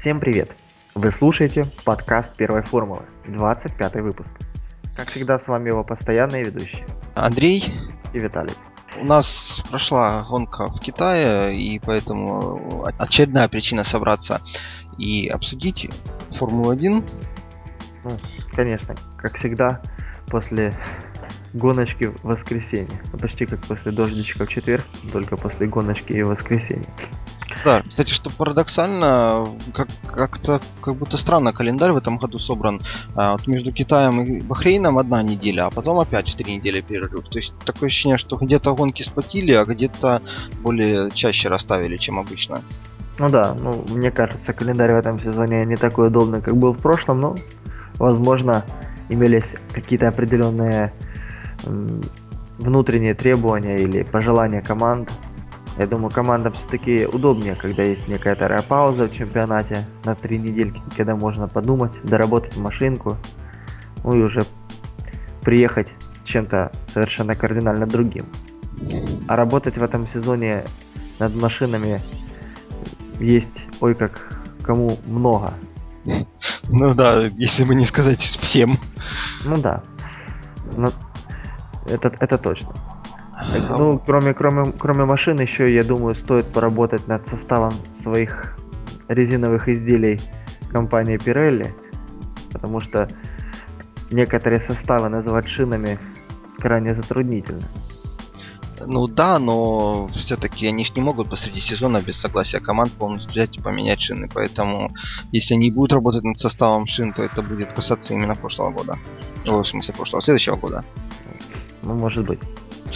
Всем привет! Вы слушаете подкаст Первой формулы, 25 выпуск. Как всегда, с вами его постоянные ведущие Андрей, и Виталий. у нас прошла гонка в Китае, и поэтому очередная причина собраться и обсудить Формулу-1. Ну, конечно, как всегда, после гоночки в воскресенье. Почти как после дождичка в четверг, только после гоночки и в воскресенье. Да, кстати, что парадоксально, как будто странно календарь в этом году собран. Вот между Китаем и Бахрейном одна неделя, а потом опять 4 недели перерыв. То есть такое ощущение, что где-то гонки спотили, а где-то более чаще расставили, чем обычно. Ну да, мне кажется, календарь в этом сезоне не такой удобный, как был в прошлом, но, возможно, имелись какие-то определенные внутренние требования или пожелания команд. Я думаю, командам все-таки удобнее, когда есть некоторая пауза в чемпионате на 3 недельки, когда можно подумать, доработать машинку, ну и уже приехать чем-то совершенно кардинально другим. А работать в этом сезоне над машинами есть ой как кому много. Ну да, если бы не сказать всем. Ну да, но это точно. Ну, кроме машин, еще, я думаю, стоит поработать над составом своих резиновых изделий компании Pirelli, потому что некоторые составы называть шинами крайне затруднительно. Ну да, но все-таки они ж не могут посреди сезона без согласия команд полностью взять и поменять шины. Поэтому, если они будут работать над составом шин, то это будет касаться именно прошлого года. В смысле следующего года. Ну, может быть.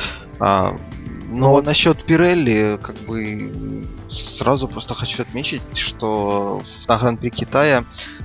Но насчет Пирелли, как бы сразу просто хочу отметить, что на Гран-при Китая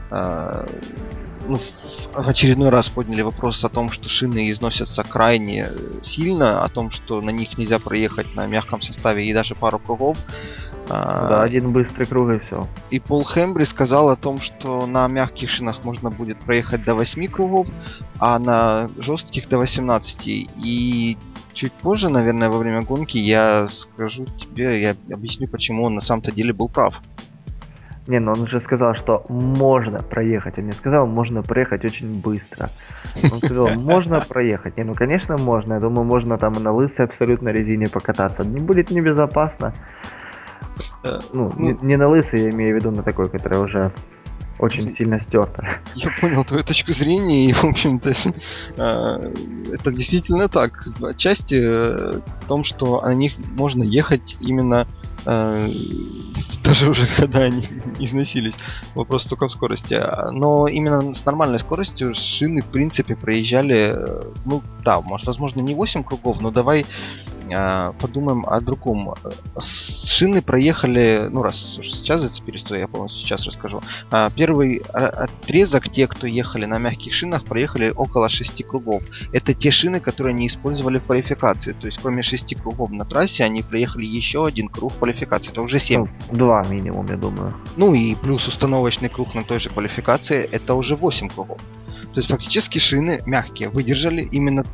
в очередной раз подняли вопрос о том, что шины износятся крайне сильно, о том, что на них нельзя проехать на мягком составе и даже пару кругов. Да, один быстрый круг и все. И Пол Хембри сказал о том, что на мягких шинах можно будет проехать до 8 кругов, а на жестких до 18. И чуть позже, наверное, во время гонки я скажу тебе, я объясню, почему он на самом-то деле был прав. Не, ну он же сказал, что можно проехать. Он не сказал, можно проехать очень быстро. Он сказал, можно проехать. Не, ну конечно можно. Я думаю, можно там и на лысой абсолютно резине покататься. Не будет небезопасно. Ну, не на лысой, я имею в виду на такой, которая уже очень сильно стерта. Я понял твою точку зрения, и, в общем-то, это действительно так. Отчасти в том, что на них можно ехать именно даже уже когда они износились. Вопрос только в скорости. Но именно с нормальной скоростью шины, в принципе, проезжали, ну да, может, возможно, не 8 кругов, но давай подумаем о другом. Шины проехали, ну раз уж сейчас зацепились, то я полностью сейчас расскажу. Первый отрезок, те, кто ехали на мягких шинах, проехали около 6 кругов. Это те шины, которые они использовали в квалификации. То есть кроме 6 кругов на трассе, они проехали еще один круг в квалификации. Это уже 7. Ну, 2 минимум, я думаю. Ну и плюс установочный круг на той же квалификации, это уже 8 кругов. То есть фактически шины мягкие выдержали именно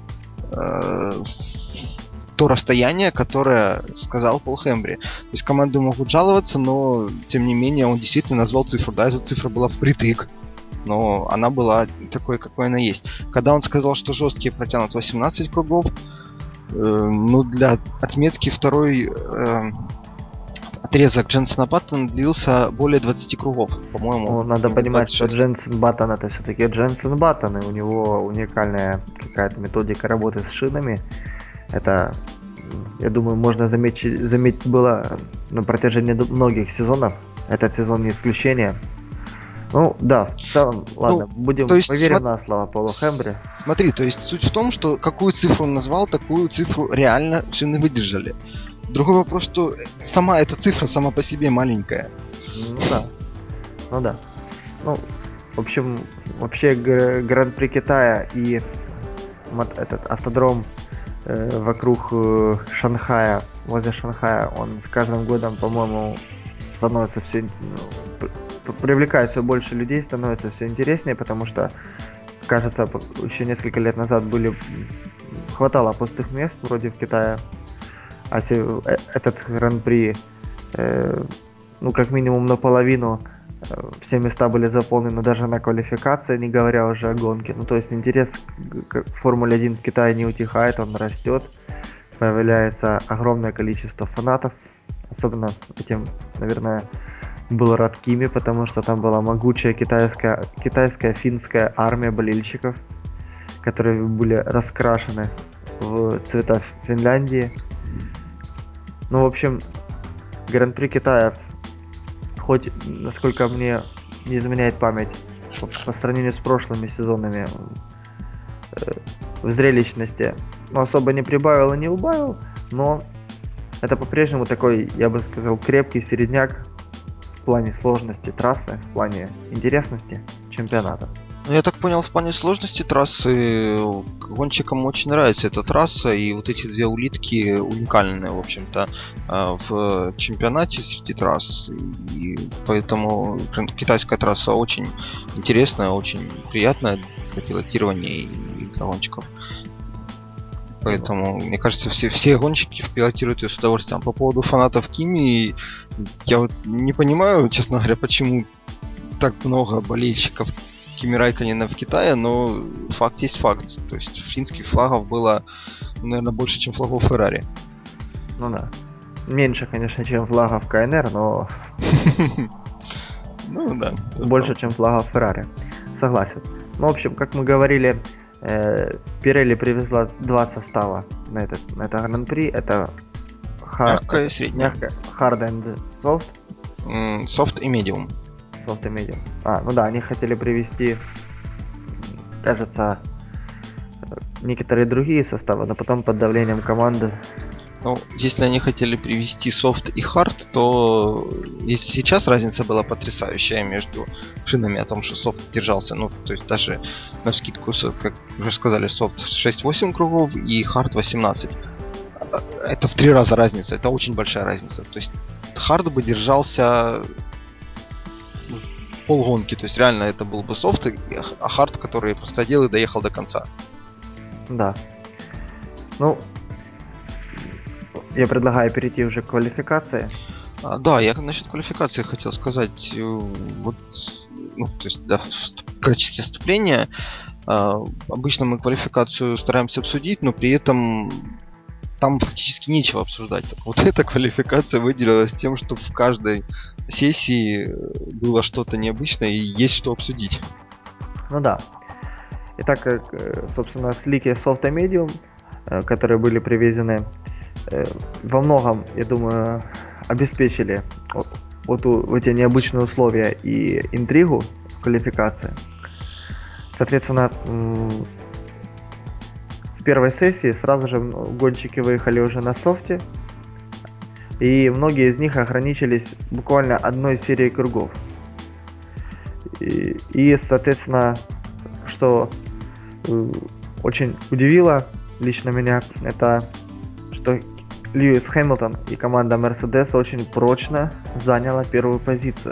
то расстояние, которое сказал Пол Хембри. То есть команды могут жаловаться, но тем не менее он действительно назвал цифру. Да, эта цифра была впритык, но она была такой, какой она есть. Когда он сказал, что жесткие протянут 18 кругов, ну для отметки второй отрезок Дженсона Баттона длился более 20 кругов, по-моему. Ну, надо Или понимать, что 26. Дженсен Баттон это все-таки Дженсен Баттон, и у него уникальная какая-то методика работы с шинами. Это, я думаю, можно заметить было на протяжении многих сезонов. Этот сезон не исключение. Ну да, в целом, ладно, То есть, поверим на слово Пола Хембри. смотри, то есть суть в том, что какую цифру он назвал, такую цифру реально шины выдержали. Другой вопрос, что сама эта цифра сама по себе маленькая. Ну да, ну да. Ну, в общем, вообще Гран-при Китая и этот автодром вокруг Шанхая, возле Шанхая, он с каждым годом, по-моему, становится все, привлекает все больше людей, становится все интереснее, потому что, кажется, еще несколько лет назад хватало пустых мест вроде в Китае, этот Гран-при, ну, как минимум наполовину Все места были заполнены даже на квалификации, не говоря уже о гонке. Ну, то есть интерес к Формуле 1 в Китае не утихает, он растет. Появляется огромное количество фанатов. Особенно этим, наверное, был рад Кими, потому что там была могучая китайская финская армия болельщиков, которые были раскрашены в цвета Финляндии. Ну, в общем, Гран-при Китая, хоть, насколько мне не изменяет память, по сравнению с прошлыми сезонами, в зрелищности, ну, особо не прибавил и не убавил, но это по-прежнему такой, я бы сказал, крепкий середняк в плане сложности трассы, в плане интересности чемпионата. Ну, я так понял, в плане сложности трассы гонщикам очень нравится эта трасса, и вот эти две улитки уникальные, в общем-то, в чемпионате среди трасс. И поэтому китайская трасса очень интересная, очень приятная для пилотирования и для гонщиков. Поэтому, мне кажется, все гонщики пилотируют ее с удовольствием. По поводу фанатов Кими, я вот не понимаю, честно говоря, почему так много болельщиков Кими Райконена в Китае, но факт есть факт. То есть финских флагов было, наверное, больше, чем флагов Феррари. Ну да. Меньше, конечно, чем флагов КНР, но Ну да, больше, чем флагов Феррари. Согласен. Ну, в общем, как мы говорили, Пирелли привезла два состава на это Гран-при. Это мягкое и среднее. мягкое, hard and soft. Soft и medium. Soft и medium. Ну да, они хотели привезти, кажется, некоторые другие составы, но потом под давлением команды. Ну, если они хотели привести софт и хард, то если сейчас разница была потрясающая между шинами о том, что софт держался, ну, то есть даже на вскидку, как уже сказали, софт 6-8 кругов и хард 18. Это в 3 раза разница, это очень большая разница. То есть хард бы держался полгонки, то есть реально это был бы софт, а хард, который просто одел и доехал до конца. Да. Ну, я предлагаю перейти уже к квалификации. Да, я насчет квалификации хотел сказать, вот, ну, то есть в качестве вступления, обычно мы квалификацию стараемся обсудить, но при этом там фактически нечего обсуждать. Так вот эта квалификация выделилась тем, что в каждой сессии было что-то необычное и есть что обсудить. Ну да. И так как, собственно, слики Soft и Medium, которые были привезены, во многом, я думаю, обеспечили вот эти необычные условия и интригу в квалификации. Соответственно, в первой сессии сразу же гонщики выехали уже на софте, и многие из них ограничились буквально одной серией кругов. И соответственно, что очень удивило лично меня, это что Льюис Хэмилтон и команда Mercedes очень прочно заняла первую позицию.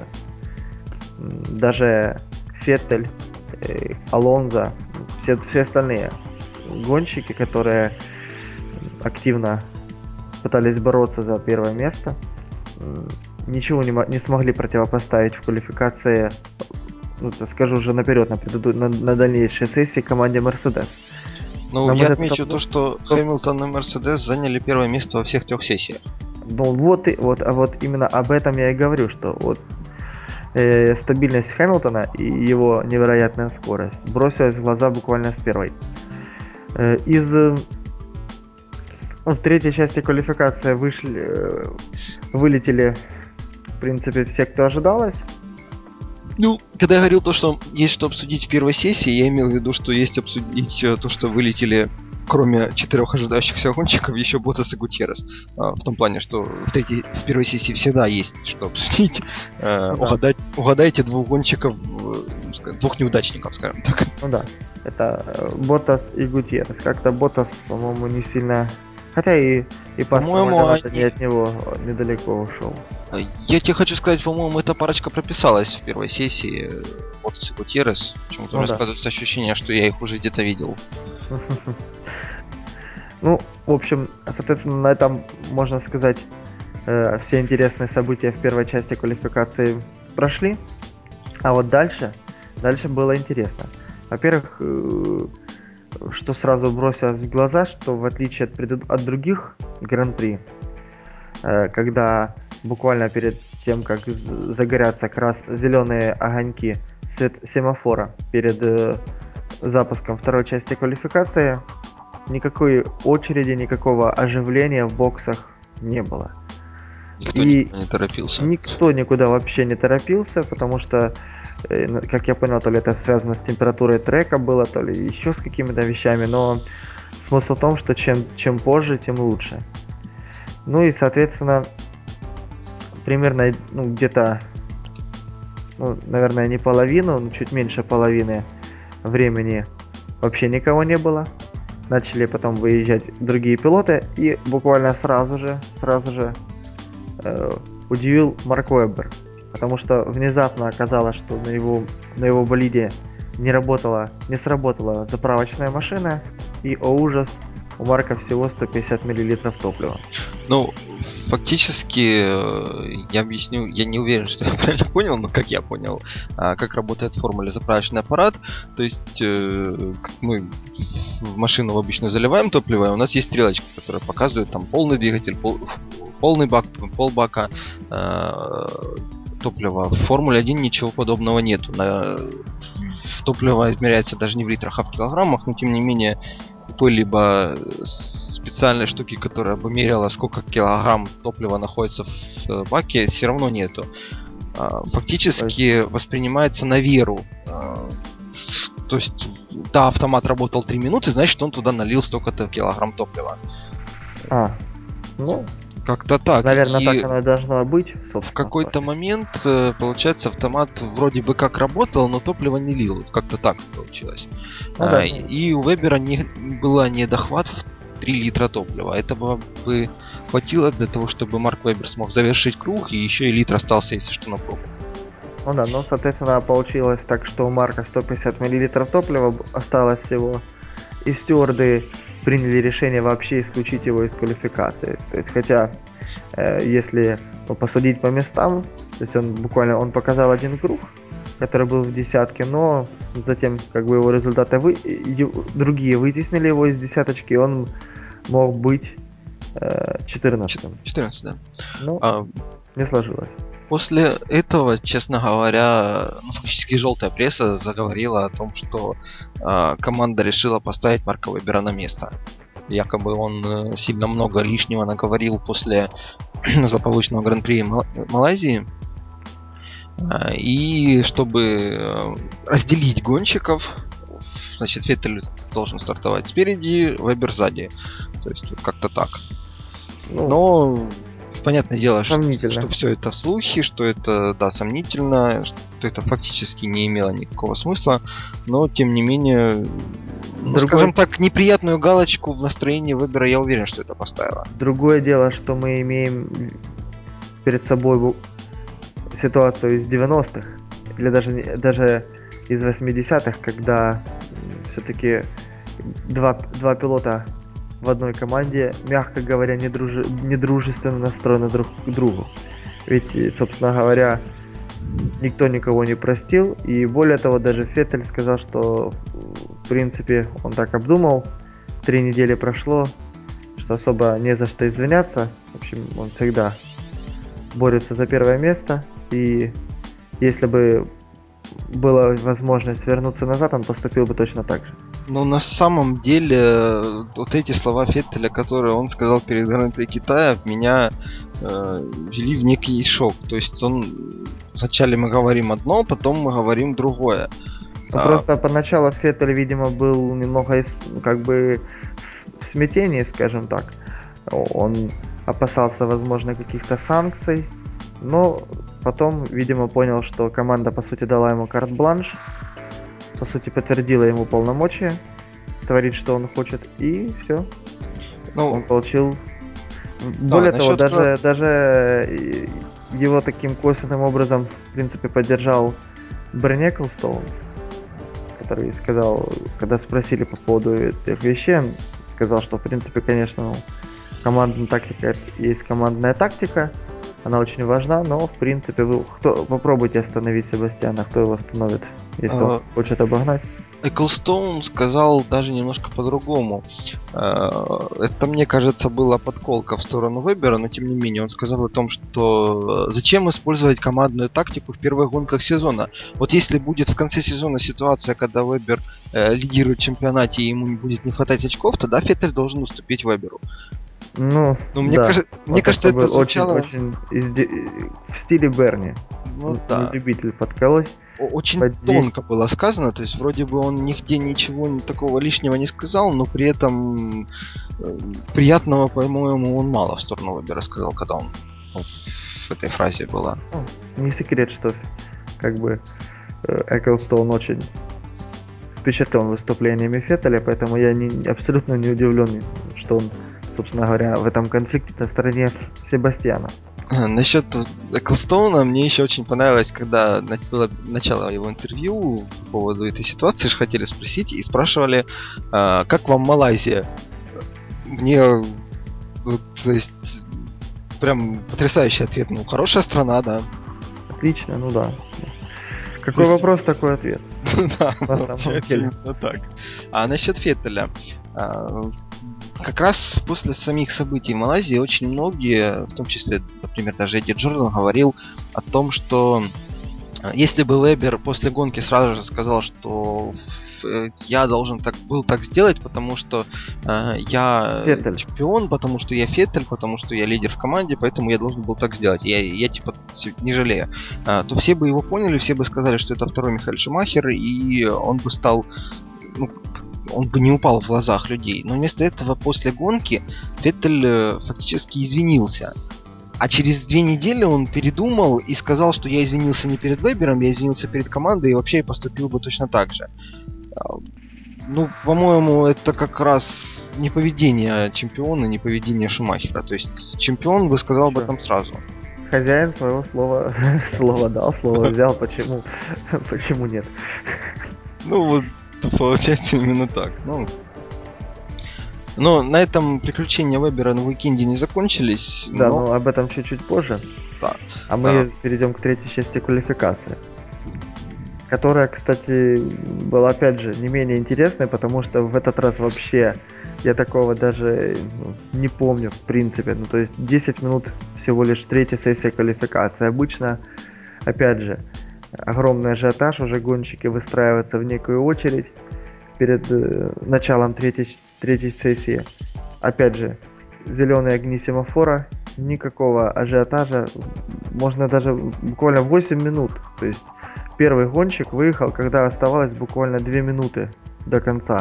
Даже Феттель, Алонзо, все остальные гонщики, которые активно пытались бороться за первое место, ничего не смогли противопоставить в квалификации, ну, скажу уже наперед, на дальнейшей сессии команде Mercedes. Ну, На мой я взгляд, отмечу то, что Хэмилтон и Мерседес заняли первое место во всех 3 сессиях. Ну вот именно об этом я и говорю, что вот стабильность Хэмилтона и его невероятная скорость бросилась в глаза буквально с первой. В третьей части квалификации вылетели, в принципе, все, кто ожидалось. Ну, когда я говорил то, что есть что обсудить в первой сессии, я имел в виду, что есть обсудить то, что вылетели, кроме 4 ожидающихся гонщиков, еще Ботас и Гутьеррес. В том плане, что в первой сессии всегда есть что обсудить. Ну да. Угадайте 2 гонщиков, 2 неудачников, скажем так. Ну да, это Ботас и Гутьеррес. Как-то Ботас, по-моему, не сильно... Хотя и Пастор По-моему, Мальдонато не они... от него недалеко ушел. Я тебе хочу сказать, по-моему, эта парочка прописалась в первой сессии. Ботас и Гутьеррес. Почему-то у Ну меня да. складывается ощущение, что я их уже где-то видел. Ну, в общем, соответственно, на этом, можно сказать, все интересные события в первой части квалификации прошли. А вот дальше было интересно. Во-первых, что сразу бросилось в глаза, что в отличие от других гран-при, когда буквально перед тем, как загорятся зеленые огоньки семафора перед запуском второй части квалификации, никакой очереди, никакого оживления в боксах не было. Никто И не торопился. никто никуда вообще не торопился, потому что, как я понял, то ли это связано с температурой трека было, то ли еще с какими-то вещами, но смысл в том, что чем позже, тем лучше. Ну и, соответственно, примерно, где-то, наверное, не половину, но чуть меньше половины времени вообще никого не было. Начали потом выезжать другие пилоты, и буквально сразу же удивил Марк Веббер, потому что внезапно оказалось, что на его болиде не сработала заправочная машина, и, о ужас, у Марка всего 150 мл топлива. Ну, фактически, я объясню, я не уверен, что я правильно понял, но как я понял, как работает в формуле заправочный аппарат. То есть, как мы в машину обычно заливаем топливо, и у нас есть стрелочка, которая показывает там полный двигатель, полный бак, полбака топлива. В Формуле 1 ничего подобного нету. Топливо измеряется даже не в литрах, а в килограммах, но тем не менее какой-либо специальной штуки, которая бы меряла, сколько килограмм топлива находится в баке, все равно нету. Фактически воспринимается на веру. То есть, да, автомат работал 3 минуты, значит, он туда налил столько-то килограмм топлива. Ну, как-то так. наверное, И так оно и должно быть, в собственно. какой-то момент, получается, автомат вроде бы как работал, но топливо не лил. Как-то так получилось. Ну да. И у Вебера была недохват в 3 литра топлива. Этого бы хватило для того, чтобы Марк Вебер смог завершить круг, и еще и литр остался, если что, на пробу. Ну да, ну, соответственно, получилось так, что у Марка 150 мл топлива осталось всего, и стюарды приняли решение вообще исключить его из квалификации. То есть, хотя, если посудить по местам, то есть он показал один круг, который был в десятке, но затем как бы его результаты другие вытеснили его из десяточки, и он мог быть 14-м. 14, да. Но не сложилось. После этого, честно говоря, фактически желтая пресса заговорила о том, что команда решила поставить Марка Вебера на место. Якобы он сильно много лишнего наговорил после злополучного гран-при Малайзии. И чтобы разделить гонщиков, значит, Феттель должен стартовать спереди, Вебер сзади. То есть вот как-то так. Но понятное дело, что все это слухи, что это, да, сомнительно, что это фактически не имело никакого смысла, но тем не менее, скажем так, неприятную галочку в настроении Вебера, я уверен, что это поставило. Другое дело, что мы имеем перед собой ситуацию из 90-х, или даже из 80-х, когда все-таки два пилота в одной команде, мягко говоря, недружественно настроены друг к другу. Ведь, собственно говоря, никто никого не простил, и более того, даже Феттель сказал, что в принципе он так обдумал, 3 недели прошло, что особо не за что извиняться. В общем, он всегда борется за первое место, и если бы была возможность вернуться назад, он поступил бы точно так же. Но на самом деле, вот эти слова Феттеля, которые он сказал перед Гран-при Китая, меня ввели в некий шок. То есть вначале мы говорим одно, потом мы говорим другое. Просто поначалу Феттель, видимо, был немного как бы в смятении, скажем так. Он опасался, возможно, каких-то санкций, но потом, видимо, понял, что команда, по сути, дала ему карт-бланш, по сути, подтвердила ему полномочия, творить, что он хочет, и все. Он получил... Более того, даже его таким косвенным образом, в принципе, поддержал Берни Эклстоун, который сказал, когда спросили по поводу этих вещей, он сказал, что, в принципе, конечно, командная тактика есть командная тактика, она очень важна, но в принципе попробуйте остановить Себастьяна, кто его остановит, если он хочет обогнать. Эклстоун сказал даже немножко по-другому. Это, мне кажется, была подколка в сторону Вебера, но тем не менее он сказал о том, что зачем использовать командную тактику в первых гонках сезона. Вот если будет в конце сезона ситуация, когда Вебер лидирует в чемпионате и ему будет не хватать очков, тогда Феттель должен уступить Веберу. Ну, мне, да. мне кажется, это звучало... Очень в стиле Берни. Ну да. Любитель подколоть. Очень тонко было сказано, то есть вроде бы он нигде ничего такого лишнего не сказал, но при этом приятного, по-моему, он мало в сторону Вебера сказал, когда он в этой фразе была. Не секрет, что как бы Эклстоун очень впечатлен выступлениями Феттеля, поэтому я абсолютно не удивлен, что он, собственно говоря, в этом конфликте на стороне Себастьяна. Насчет Эклстоуна мне еще очень понравилось, когда было начало его интервью по поводу этой ситуации, же хотели спросить и спрашивали, как вам Малайзия? Мне, то есть, прям потрясающий ответ. Ну, хорошая страна, да. Отлично, ну да. Какой вопрос, такой ответ. Да, получается именно так. А насчет Феттеля. Как раз после самих событий в Малайзии очень многие, в том числе, например, даже Эдди Джордан говорил о том, что если бы Вебер после гонки сразу же сказал, что я должен был так сделать, потому что я Феттель. чемпион, потому что я Феттель, потому что я лидер в команде, поэтому я должен был так сделать. Я типа не жалею. То все бы его поняли, все бы сказали, что это второй Михаэль Шумахер, и он бы стал... он бы не упал в глазах людей. Но вместо этого после гонки Феттель фактически извинился. А через 2 недели он передумал и сказал, что я извинился не перед Вебером, я извинился перед командой и вообще поступил бы точно так же. Ну, по-моему, это как раз не поведение чемпиона, не поведение Шумахера. То есть чемпион бы сказал об этом сразу. Хозяин своего слова, слово дал, слово взял, почему нет? Ну вот, получается именно так. Но на этом приключения Вебера на уикенде не закончились. Да, но об этом чуть-чуть позже. Да. А мы перейдем к третьей части квалификации, которая, кстати, была опять же не менее интересной, потому что в этот раз вообще я такого даже не помню в принципе. Ну то есть 10 минут всего лишь третья сессия квалификации. Обычно, опять же, огромный ажиотаж, уже гонщики выстраиваются в некую очередь перед началом третьей сессии. Опять же, зеленые огни семафора, никакого ажиотажа, можно даже буквально 8 минут. То есть первый гонщик выехал, когда оставалось буквально 2 минуты до конца.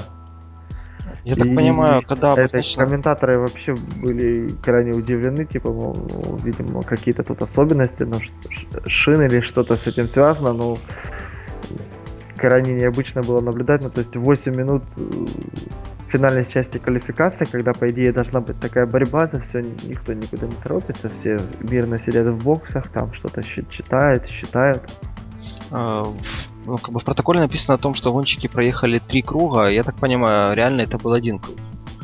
Я так понимаю, когда обычно... Комментаторы вообще были крайне удивлены, типа, видимо, какие-то тут особенности, но шины или что-то с этим связано, но крайне необычно было наблюдать, ну то есть 8 минут финальной части квалификации, когда по идее должна быть такая борьба за все, никто никуда не торопится, все мирно сидят в боксах, там что-то читают, считают. Ну, как бы в протоколе написано о том, что гонщики проехали 3 круга, я так понимаю, реально это был 1 круг.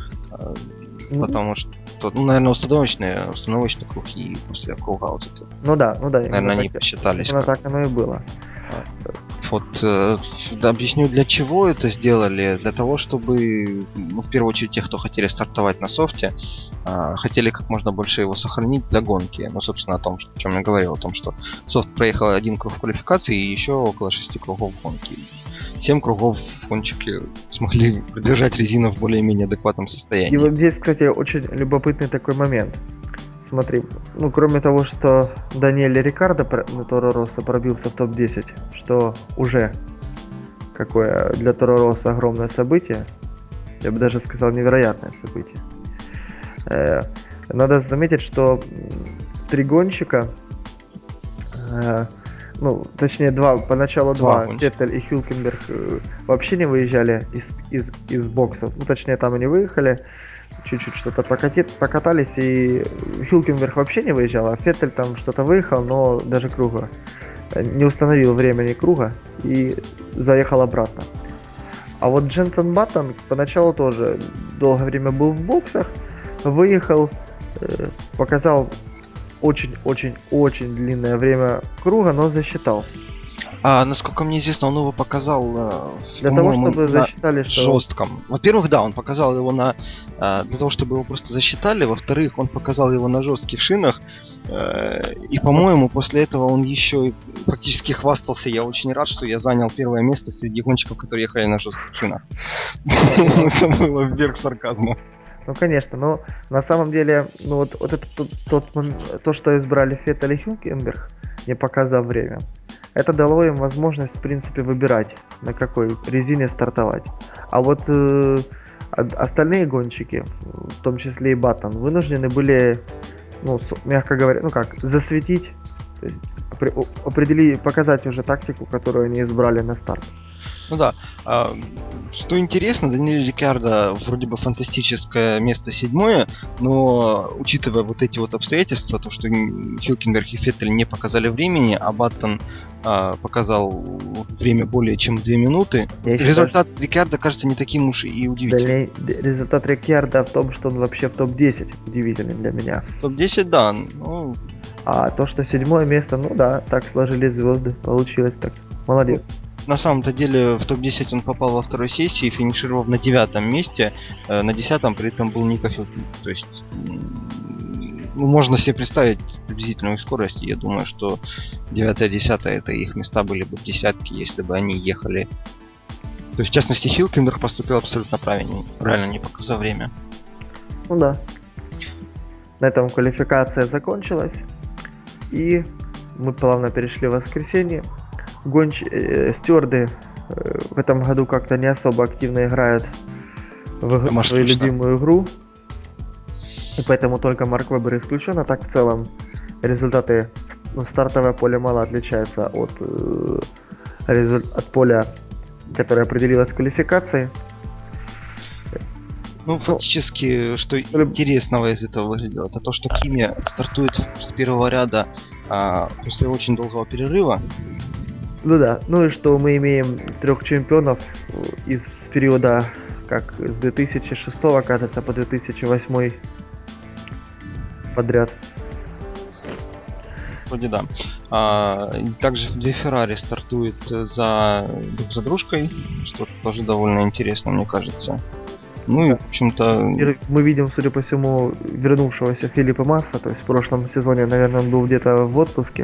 Потому что, ну, наверное, установочный круг и после круга вот это. Ну да. Наверное, они посчитались. Именно так оно и было. Вот, объясню, для чего это сделали. Для того, чтобы, ну, в первую очередь, те, кто хотели стартовать на софте, хотели как можно больше его сохранить для гонки. Ну, собственно, о чем я говорил, о том, что софт проехал 1 круг в квалификации и еще около 6 кругов гонки. 7 кругов гонщики смогли продержать резину в более-менее адекватном состоянии. И вот здесь, кстати, очень любопытный такой момент. Смотри, ну кроме того, что Даниэль Рикардо на Торо Россо пробился в топ-10, что уже какое для Торо Россо огромное событие, я бы даже сказал невероятное событие. Надо заметить, что 3 гонщика, ну точнее 2, поначалу 2, Феттель и Хюлкенберг вообще не выезжали из боксов, ну точнее там они выехали, чуть-чуть что-то покатались, и Хюлкенберг вообще не выезжал, а Феттель там что-то выехал, но даже круга не установил времени круга и заехал обратно. А вот Дженсен Баттон поначалу тоже долгое время был в боксах, выехал, показал очень-очень-очень длинное время круга, но засчитал. Насколько мне известно, он его показал, Для того, по-моему, чтобы на засчитали, что жестком. Во-первых, да, он показал его для того, чтобы его просто засчитали. Во-вторых, он показал его на жестких шинах. И, вот, по-моему, после этого он еще и фактически хвастался. Я очень рад, что я занял первое место среди гонщиков, которые ехали на жестких шинах. ну, Это было вверх сарказма. ну, конечно, но на самом деле, ну вот это то, что избрали Феттель и Хюлкенберг, не показав время, это дало им возможность, в принципе, выбирать, на какой резине стартовать. А вот остальные гонщики, в том числе и Баттон, вынуждены были, ну, мягко говоря, ну как, засветить, то есть определить, показать уже тактику, которую они избрали на старт. Ну да. А, что интересно, Даниэль Рикьярдо вроде бы фантастическое место седьмое, но учитывая вот эти вот обстоятельства, то, что Хюлкенберг и Феттель не показали времени, а Баттон показал время более чем 2 минуты, Я считаю, что результат Рикьярдо кажется не таким уж и удивительным. результат Рикьярдо в том, что он вообще в топ-10 удивительный для меня. Топ-10, да, ну, А то, что седьмое место, ну да, так сложились звезды, получилось так. Молодец. ну, на самом-то деле в топ-10 он попал во второй сессии, финишировав на девятом месте. На десятом при этом был Ника Хюлькенберг. То есть, ну, можно себе представить приблизительную скорость. Я думаю, что 9-10 это их места были бы в десятке, если бы они ехали. То есть, в частности, Хилкенберг поступил абсолютно правильно, не показав время. Ну да. На этом квалификация закончилась. И мы плавно перешли в воскресенье. Стюарды в этом году как-то не особо активно играют в Маш, свою слышно? любимую игру. И поэтому только Марк Вебер исключен. А так в целом результаты, ну, стартовое поле мало отличается от поля, которое определилось в квалификации. Ну, Ну, фактически, что интересного из этого выглядело, это то, что Кими стартует с первого ряда после очень долгого перерыва. ну да, ну и что мы имеем трех чемпионов из периода как с 2006, кажется, по 2008 подряд. Вроде да. И также две Феррари стартуют друг за дружкой, что тоже довольно интересно, мне кажется. Ну и, Да. в общем-то, Мы видим, судя по всему, вернувшегося Филиппа Масса, то есть в прошлом сезоне, наверное, он был где-то в отпуске.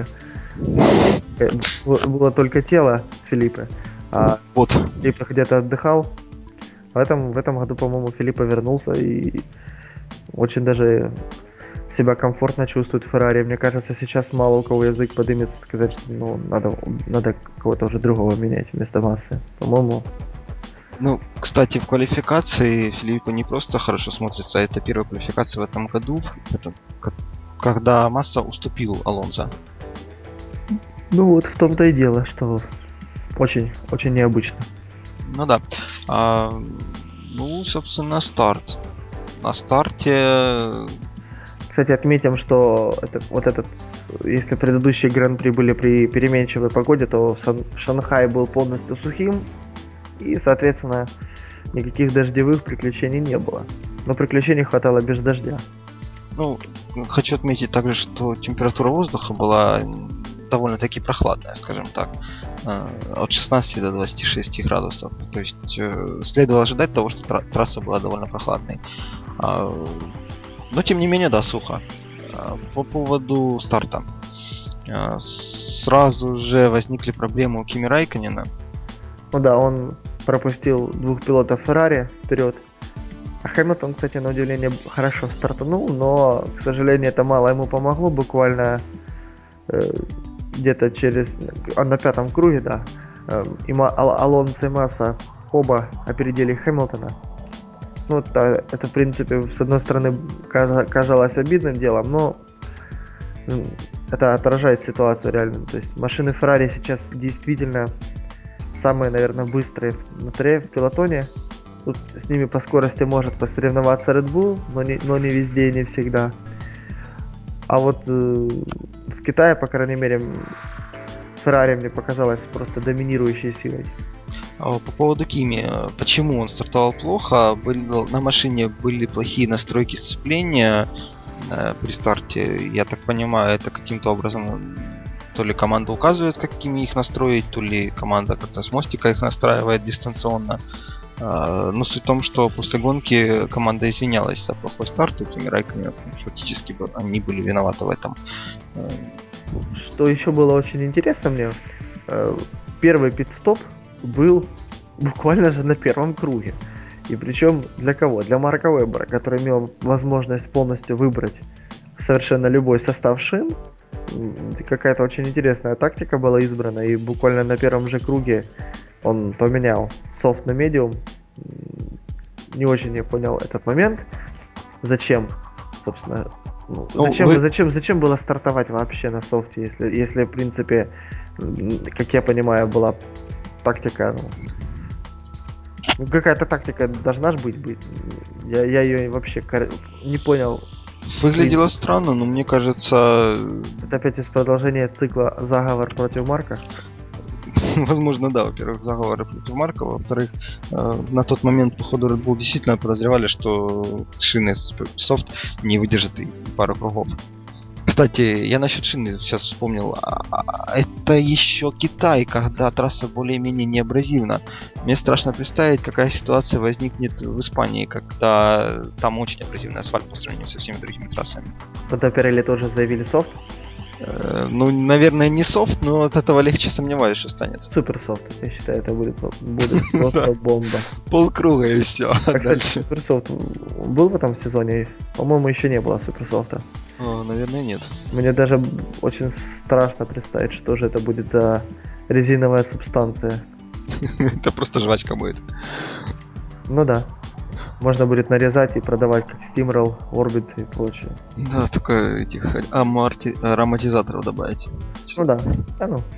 Было только тело Филиппа, а вот. Филиппа где-то отдыхал. В этом году, по-моему, Филиппа вернулся и очень даже себя комфортно чувствует в Феррари. Мне кажется, сейчас мало у кого язык подымется сказать, что ну, надо кого-то уже другого менять вместо Массы. По-моему, Ну, кстати, в квалификации Филиппа не просто хорошо смотрится, а это первая квалификация в этом году, когда Масса уступил Алонсо. ну вот в том-то и дело, что очень, очень необычно. Ну да. Ну, собственно, старт. На старте. Кстати, отметим, что если предыдущие гран-при были при переменчивой погоде, то Шанхай был полностью сухим, и, соответственно, никаких дождевых приключений не было. Но приключений хватало без дождя. Ну, хочу отметить также, что температура воздуха была довольно-таки прохладная, скажем так. От 16 до 26 градусов. То есть следовало ожидать того, что трасса была довольно прохладной. А, Но тем не менее, да, сухо. По поводу старта. Сразу же возникли проблемы у Кими Райконена. Ну да, он пропустил двух пилотов Феррари вперед. А Хэмилтон, кстати, на удивление, хорошо стартанул, но, к сожалению, это мало ему помогло. Буквально э, где-то на пятом круге, да, Алонсо и Масса оба опередили Хэмилтона. Ну, это, в принципе, с одной стороны, казалось обидным делом, но это отражает ситуацию реально. То есть машины Ferrari сейчас действительно самые, наверное, быстрые в пилотоне. Тут с ними по скорости может посоревноваться Red Bull, но не везде и не всегда. А вот в Китае, по крайней мере, Ferrari мне показалась просто доминирующей силой. По поводу Кими, почему он стартовал плохо? На машине были плохие настройки сцепления, при старте. Я так понимаю, это каким-то образом то ли команда указывает, какими их настроить, то ли команда как-то с мостика их настраивает дистанционно. Но суть в том, что после гонки команда извинялась за плохой старт у Кими Рэйкконена, потому что фактически они были виноваты в этом. Что еще было очень интересно мне, первый пит-стоп был буквально же на первом круге. И причем для кого? Для Марка Вебера, который имел возможность полностью выбрать совершенно любой состав шин. Какая-то очень интересная тактика была избрана, и буквально на первом же круге он поменял софт на медиум. Не очень я понял этот момент. Зачем, собственно, зачем было стартовать вообще на софте, если в принципе, как я понимаю, была тактика, какая-то тактика должна же быть. Я ее вообще не понял. Выглядело странно, но мне кажется... Это опять из продолжения цикла «Заговор против Марка». Возможно, да. Во-первых, заговоры против Марка. Во-вторых, на тот момент, походу, Red Bull действительно подозревали, что шины софт не выдержат и пару кругов. Кстати, я насчет шины сейчас вспомнил. Это еще Китай, когда трасса более-менее неабразивна. Мне страшно представить, какая ситуация возникнет в Испании, когда там очень абразивный асфальт по сравнению со всеми другими трассами. Тогда Pirelli тоже заявили софт. Ну, наверное, не софт, но от этого легче сомневаюсь, что станет. Супер софт. Я считаю, это будет просто бомба. Полкруга и все. Дальше. Супер софт был в этом сезоне? По-моему, еще не было супер софта. Наверное, нет. Мне даже очень страшно представить, что же это будет за резиновая субстанция. Это просто жвачка будет. Ну да. Можно будет нарезать и продавать как Steamroll, Orbit и прочее. Да, только этих ароматизаторов добавить. Ну да. Да ну.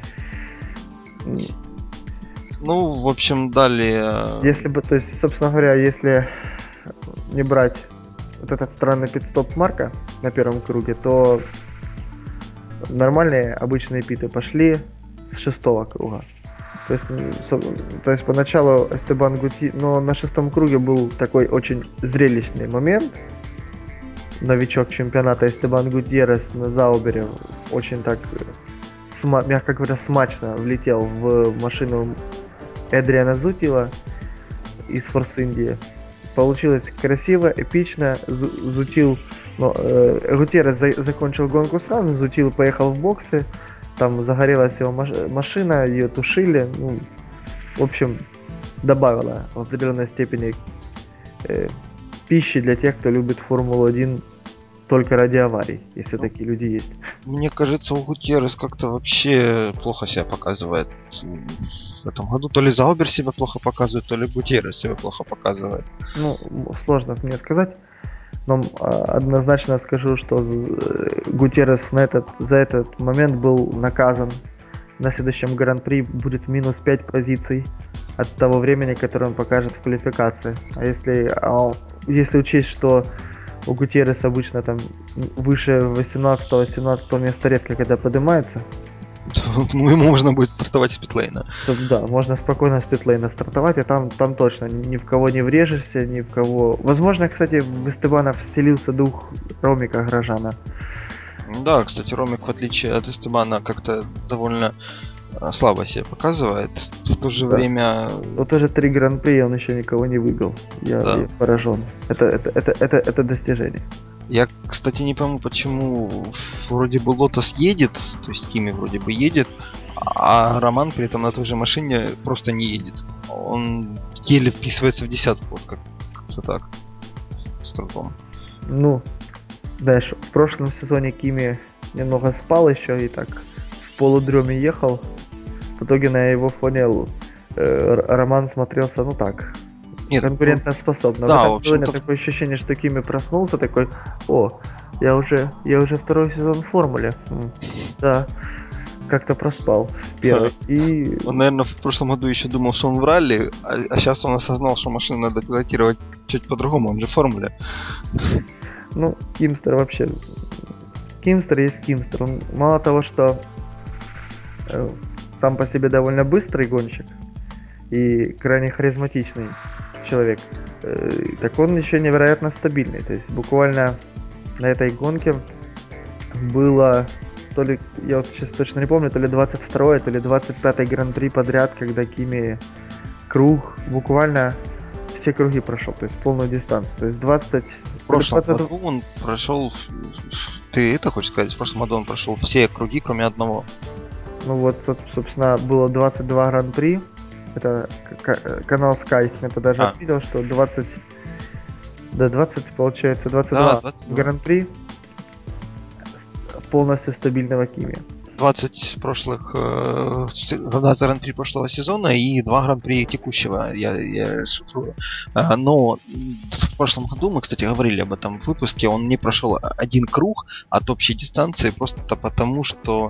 Ну, в общем, далее... Если бы, то есть, собственно говоря, если не брать вот этот странный пит-стоп Марка на первом круге, то нормальные обычные питы пошли с шестого круга. То есть поначалу Эстебан Гути, но на шестом круге был такой очень зрелищный момент. Новичок чемпионата Эстебан Гутьеррес на Заубере очень так, мягко говоря, смачно влетел в машину Эдриана Зутила из Форс Индии. Получилось красиво, эпично. Гутьеррес закончил гонку сразу, Зутил поехал в боксы, там загорелась его машина, ее тушили. Ну, в общем, добавила в определенной степени пищи для тех, кто любит Формулу-1 только ради аварий, если такие люди есть. Мне кажется, у Гутьеррес как-то вообще плохо себя показывает в этом году. То ли Заубер себя плохо показывает, то ли Гутьеррес себя плохо показывает. Ну, сложно мне сказать, но однозначно скажу, что Гутьеррес за этот момент был наказан. На следующем Гран-при будет минус 5 позиций от того времени, которое он покажет в квалификации. Если учесть, что у Гутьерреса обычно там выше 18-17 места редко когда поднимается, Ну, ему можно будет стартовать с питлейна. то да, можно спокойно с питлейна стартовать, и там точно ни в кого не врежешься, ни в кого... Возможно, кстати, в Эстебана вселился дух Ромика Грожана. Да, кстати, Ромик, в отличие от Эстебана, как-то довольно слабо себя показывает. В то же время... Вот уже 3 гран-при он еще никого не выиграл. Я поражен. Это достижение. Я, кстати, не пойму, почему вроде бы Лотос едет, то есть Кими вроде бы едет, а Роман при этом на той же машине просто не едет. Он еле вписывается в десятку, вот как-то так. С трудом. Ну, знаешь, в прошлом сезоне Кими немного спал еще и так в полудреме ехал. В итоге на его фоне Роман смотрелся, ну так, Нет, конкурентоспособно. Да, в этом сезоне общем-то... такое ощущение, что Кими проснулся такой: о, я уже второй сезон в формуле. Да, как-то проспал первый. И... Он, наверное, в прошлом году еще думал, что он в ралли, а сейчас он осознал, что машину надо пилотировать чуть по-другому, он же в формуле. Ну, Кимстер вообще... Кимстер есть Кимстер. Он мало того, что сам по себе довольно быстрый гонщик и крайне харизматичный человек, так он еще невероятно стабильный. То есть буквально на этой гонке было, то ли, я вот сейчас точно не помню, то ли 22-й, то ли 25-й гран-при подряд, когда Кими круг буквально все круги прошел, то есть полную дистанцию. То есть 20, В то ли прошлом 22, году он прошел... Ты это хочешь сказать? В прошлом году он прошел все круги, кроме одного. ну вот, собственно, было 22 гран-при. Это канал Sky это даже А, отметил, что 20, да 20, получается, да, 22 22. гран-при полностью стабильного Кими. 20 прошлых, 20 гран-при прошлого сезона и 2 гран-при текущего, я шифрую. Но в прошлом году, мы, кстати, говорили об этом в выпуске, он не прошел один круг от общей дистанции просто потому, что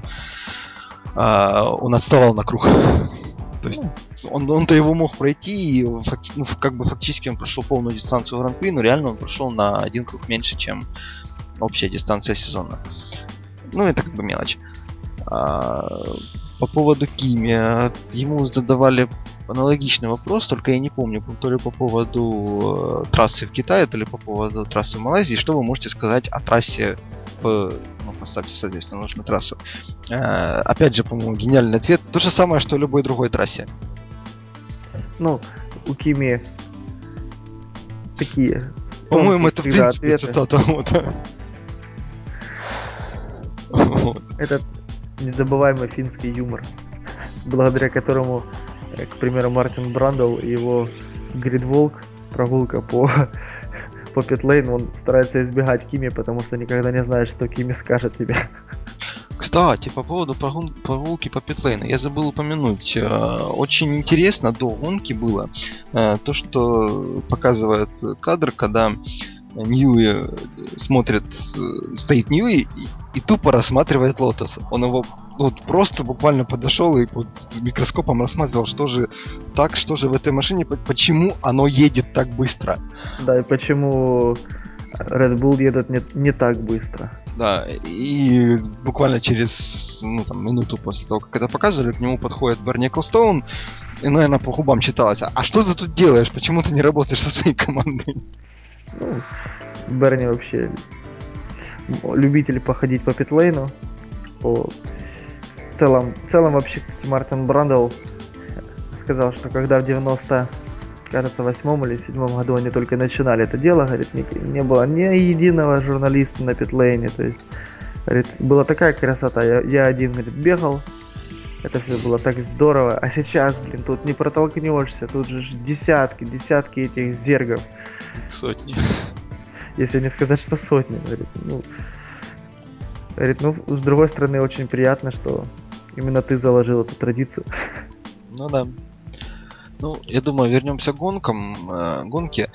он отставал на круг. То есть он-то его мог пройти, и как бы фактически он прошел полную дистанцию гран-при, но реально он прошел на один круг меньше, чем общая дистанция сезона. Ну, это как бы мелочь. По поводу Кими, ему задавали аналогичный вопрос, только я не помню, то ли по поводу трассы в Китае, то ли по поводу трассы в Малайзии. Что вы можете сказать о трассе ну, поставьте, соответственно, нужную трассу. Опять же, по-моему, гениальный ответ. То же самое, что любой другой трассе. Ну, у Кими такие По-моему, тонкие это в всегда принципе ответы. цитата. Вот. Этот незабываемый финский юмор, благодаря которому, к примеру, Мартин Брандл и его Гридволк, прогулка по питлейну, он старается избегать Кими, потому что никогда не знает, что Кими скажет тебе. Кстати, по поводу прогулки по питлейну, я забыл упомянуть. Очень интересно до гонки было то, что показывает кадр, когда Ньюи смотрит, стоит Ньюи и тупо рассматривает Лотос. Он его вот просто буквально подошел и под микроскопом рассматривал, что же так, что же в этой машине, почему оно едет так быстро. Да, и почему Red Bull едут не так быстро. Да, и буквально через минуту после того, как это показывали, к нему подходит Берни Эклстоун, и, наверное, по губам читалось: а что ты тут делаешь? Почему ты не работаешь со своей командой? Ну, Берни вообще любитель походить по питлейну. В целом вообще, кстати, Мартин Брандл сказал, что когда в 90, кажется, 8 или 7 году они только начинали это дело, говорит, не было ни единого журналиста на питлейне, то есть, говорит, была такая красота, я один, говорит, бегал, это все было так здорово, а сейчас, блин, тут не протолкнешься, тут же десятки этих зергов. Сотни. Если не сказать, что сотни, говорит, с другой стороны, очень приятно, что именно ты заложил эту традицию. Ну да. Ну, я думаю, вернемся к гонке.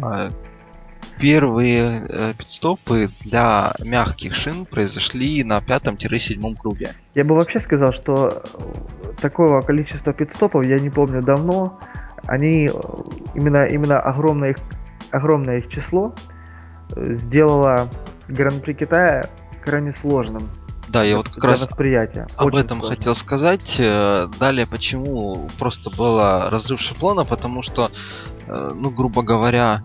Первые пидстопы для мягких шин произошли на 5-7 круге. Я бы вообще сказал, что такого количества пидстопов я не помню давно. Они именно огромное их число сделало Гран-при Китая крайне сложным Да, я вот как для раз восприятия. об Очень этом сложным. хотел сказать. Далее, почему просто было разрыв шаблона, потому что, грубо говоря,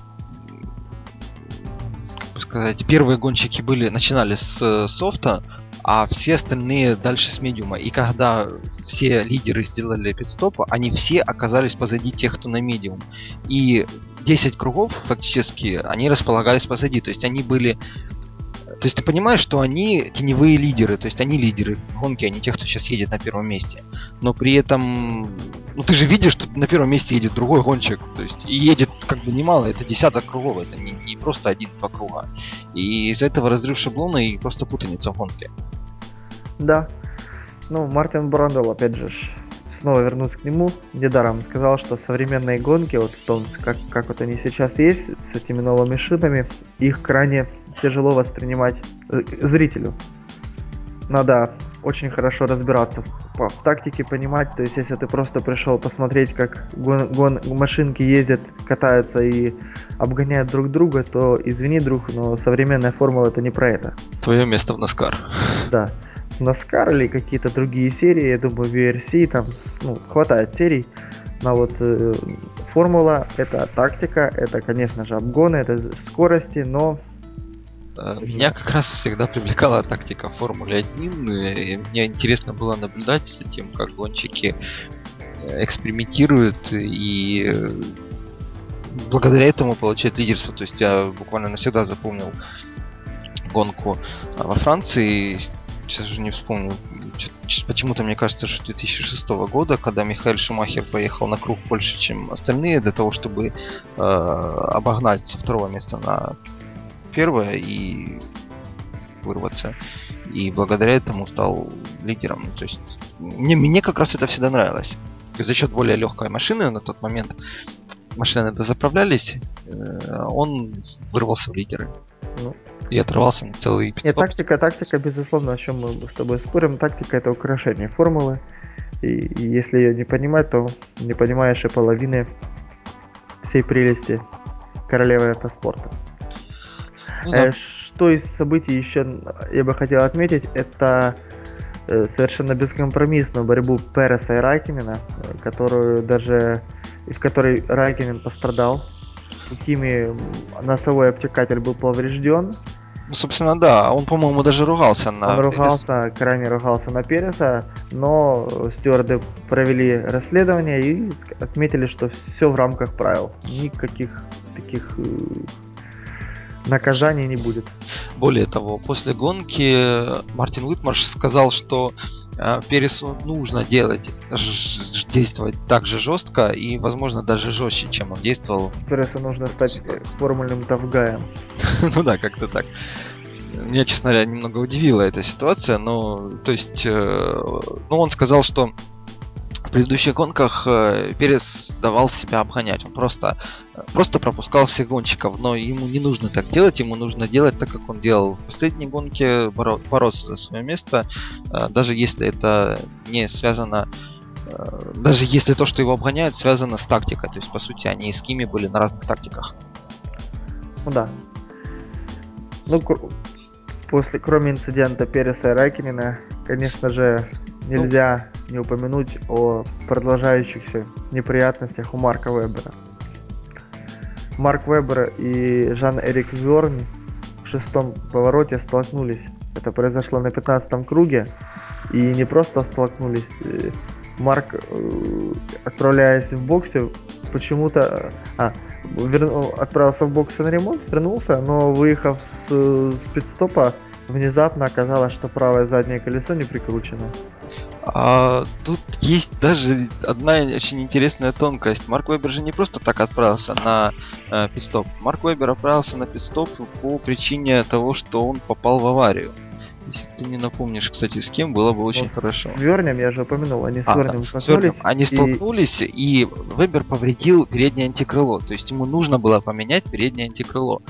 как бы сказать, первые гонщики начинали с софта, а все остальные дальше с медиума. И когда все лидеры сделали пидстопы, они все оказались позади тех, кто на медиум. И 10 кругов фактически они располагались позади. То есть они были... То есть ты понимаешь, что они теневые лидеры, то есть они лидеры гонки, а не те, кто сейчас едет на первом месте. Но при этом, ты же видишь, что на первом месте едет другой гонщик, то есть и едет как бы немало, это десяток кругов, это не просто один-два круга. И из-за этого разрыв шаблона и просто путаница в гонке. Да. Мартин Брандл, опять же, снова вернусь к нему, недаром сказал, что современные гонки, вот в том, как вот они сейчас есть, с этими новыми шинами, их крайне тяжело воспринимать зрителю. Надо очень хорошо разбираться в тактике, понимать, то есть если ты просто пришел посмотреть, как машинки ездят, катаются и обгоняют друг друга, то извини, друг, но современная формула это не про это. Твое место в NASCAR. Да. NASCAR или какие-то другие серии, я думаю, VRC, там, хватает серий. Но вот формула, это тактика, это, конечно же, обгоны, это скорости, но Меня как раз всегда привлекала тактика Формулы 1, и мне интересно было наблюдать за тем, как гонщики экспериментируют и благодаря этому получают лидерство. То есть я буквально навсегда запомнил гонку во Франции. Сейчас уже не вспомню. Почему-то мне кажется, что 2006 года, когда Михаэль Шумахер поехал на круг больше, чем остальные, для того, чтобы обогнать со второго места на первое и вырваться. И благодаря этому стал лидером. То есть мне как раз это всегда нравилось. За счет более легкой машины на тот момент машины дозаправлялись, он вырвался в лидеры. Ну, И оторвался на целый нет, пидстоп. тактика, безусловно, о чем мы с тобой спорим, тактика это украшение формулы. И если ее не понимать, то не понимаешь и половины всей прелести королевы автоспорта. Ну да. Что из событий еще я бы хотел отметить, это совершенно бескомпромиссную борьбу Переса и Райкинена, в которой Райкинен пострадал. У Кими носовой обтекатель был поврежден. Ну, собственно, да. Он, по-моему, даже ругался Он на Перес. крайне ругался на Переса, но стюарды провели расследование и отметили, что все в рамках правил. Никаких таких наказаний не будет. Более того, после гонки Мартин Уитмарш сказал, что Пересу нужно действовать так же жестко и, возможно, даже жестче, чем он действовал. Пересу нужно стать формульным тавгаем. Ну да, как-то так. Меня, честно говоря, немного удивила эта ситуация, но, то есть, он сказал, что в предыдущих гонках Перес давал себя обгонять. Он просто пропускал всех гонщиков, но ему не нужно так делать, ему нужно делать так, как он делал в последней гонке, бороться за свое место, даже если это не связано, даже если то, что его обгоняют, связано с тактикой. То есть, по сути, они с Кими были на разных тактиках. Ну да. Ну, кроме инцидента Переса и Райкинена, конечно же, нельзя не упомянуть о продолжающихся неприятностях у Марка Вебера. Марк Вебер и Жан-Эрик Верн в шестом повороте столкнулись. Это произошло на 15-м круге. И не просто столкнулись. Марк, отправляясь в боксе, почему-то отправился в бокс на ремонт, вернулся, но выехав с пит-стопа, внезапно оказалось, что правое заднее колесо не прикручено. Тут есть даже одна очень интересная тонкость. Марк Вебер же не просто так отправился на пит-стоп. Марк Вебер отправился на пит-стоп по причине того, что он попал в аварию. Если ты мне напомнишь, кстати, с кем, было бы очень хорошо. С Вернем, я же упомянул, они с Да, Вернем с Вернем. столкнулись. Они столкнулись, и Вебер повредил переднее антикрыло. То есть ему нужно было поменять переднее антикрыло.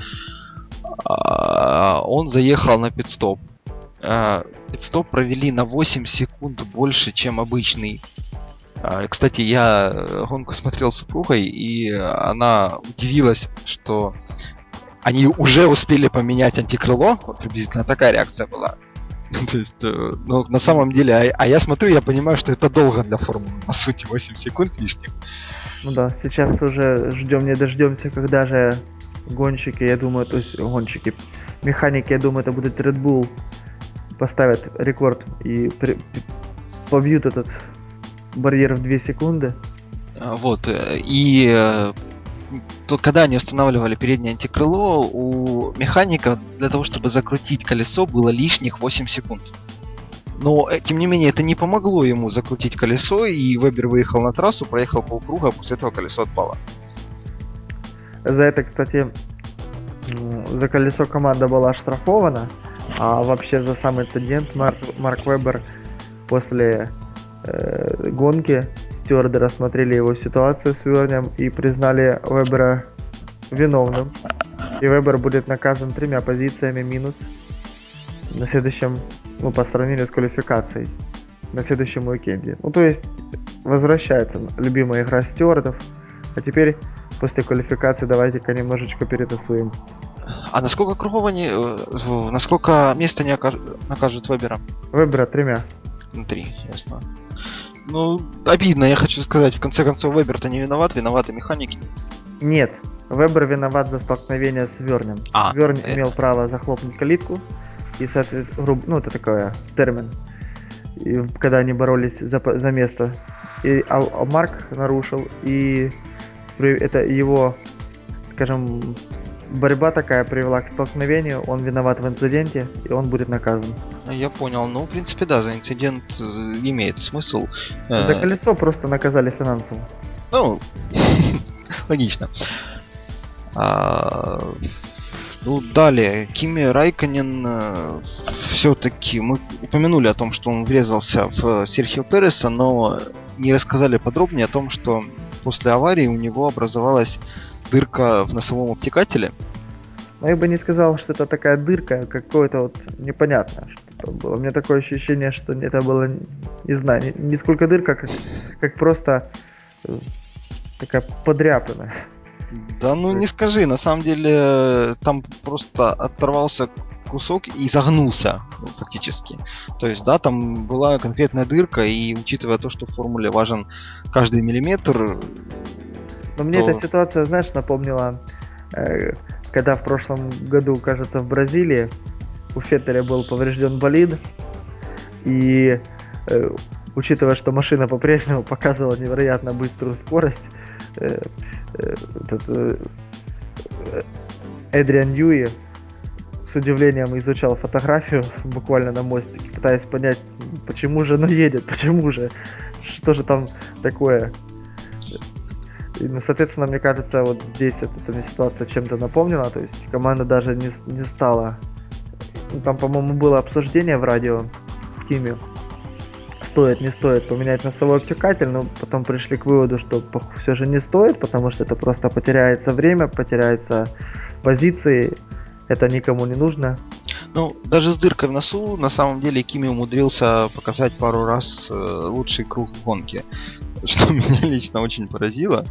Он заехал на пит-стоп. Пит-стоп провели на 8 секунд больше, чем обычный. Кстати, я гонку смотрел с супругой, и она удивилась, что они уже успели поменять антикрыло. Вот приблизительно такая реакция была. То есть, ну, на самом деле, я смотрю, я понимаю, что это долго для формулы. По сути, 8 секунд лишних. Ну да, сейчас уже ждем не дождемся, когда же гонщики, я думаю, то есть механики, я думаю, это будет Red Bull, поставят рекорд и побьют этот барьер в 2 секунды. Вот. И то, когда они устанавливали переднее антикрыло, у механика для того, чтобы закрутить колесо, было лишних 8 секунд. Но, тем не менее, это не помогло ему закрутить колесо, и Вебер выехал на трассу, проехал полкруга, а после этого колесо отпало. За это, кстати, за колесо команда была оштрафована, а вообще за сам инцидент Марк Вебер после гонки стюарды рассмотрели его ситуацию с Вернем и признали Вебера виновным. И Вебер будет наказан 3 позициями минус на следующем, по сравнению с квалификацией на следующем уикенде. То есть возвращается любимая игра стюардов. А теперь после квалификации давайте-ка немножечко перетасуем. А насколько кругов они, насколько места не накажут Вебера? Вебера 3. На 3, ясно. Ну, обидно, я хочу сказать. В конце концов, Вебер-то не виноват, виноваты механики. Нет, Вебер виноват за столкновение с Вернем. Верн имел право захлопнуть калитку, и, соответственно, ну, это такой термин, и, когда они боролись за место. А Марк нарушил, и это его, скажем, борьба такая привела к столкновению, он виноват в инциденте, и он будет наказан. Я понял. Ну, в принципе, да, за инцидент имеет смысл. За колесо просто наказали финансово. Ну, логично. Ну, далее, Кими Райконен, все-таки мы упомянули о том, что он врезался в Серхио Переса, но не рассказали подробнее о том, что после аварии у него образовалась дырка в носовом обтекателе. Но я бы не сказал, что это такая дырка, какое-то вот непонятное что-то было. У меня такое ощущение, что это было, не знаю, не сколько дырка, как просто такая подряпина. Да ну не скажи, на самом деле там просто оторвался кусок и загнулся фактически. То есть, да, там была конкретная дырка, и учитывая то, что в формуле важен каждый миллиметр... Но мне эта ситуация, знаешь, напомнила, когда в прошлом году, кажется, в Бразилии у Феттеля был поврежден болид, и учитывая, что машина по-прежнему показывала невероятно быструю скорость, Эдриан Ньюи с удивлением изучал фотографию буквально на мостике, пытаясь понять, почему же оно едет, почему же, что же там такое. И, ну, соответственно, мне кажется, вот здесь эта мне ситуация чем-то напомнила, то есть команда даже не стала. Там, по-моему, было обсуждение в радио в Киме, стоит, не стоит поменять носовой обтекатель, но потом пришли к выводу, что все же не стоит, потому что это просто потеряется время, потеряются позиции, это никому не нужно. Ну, даже с дыркой в носу, на самом деле, Кими умудрился показать пару раз лучший круг в гонке, что меня лично очень поразило.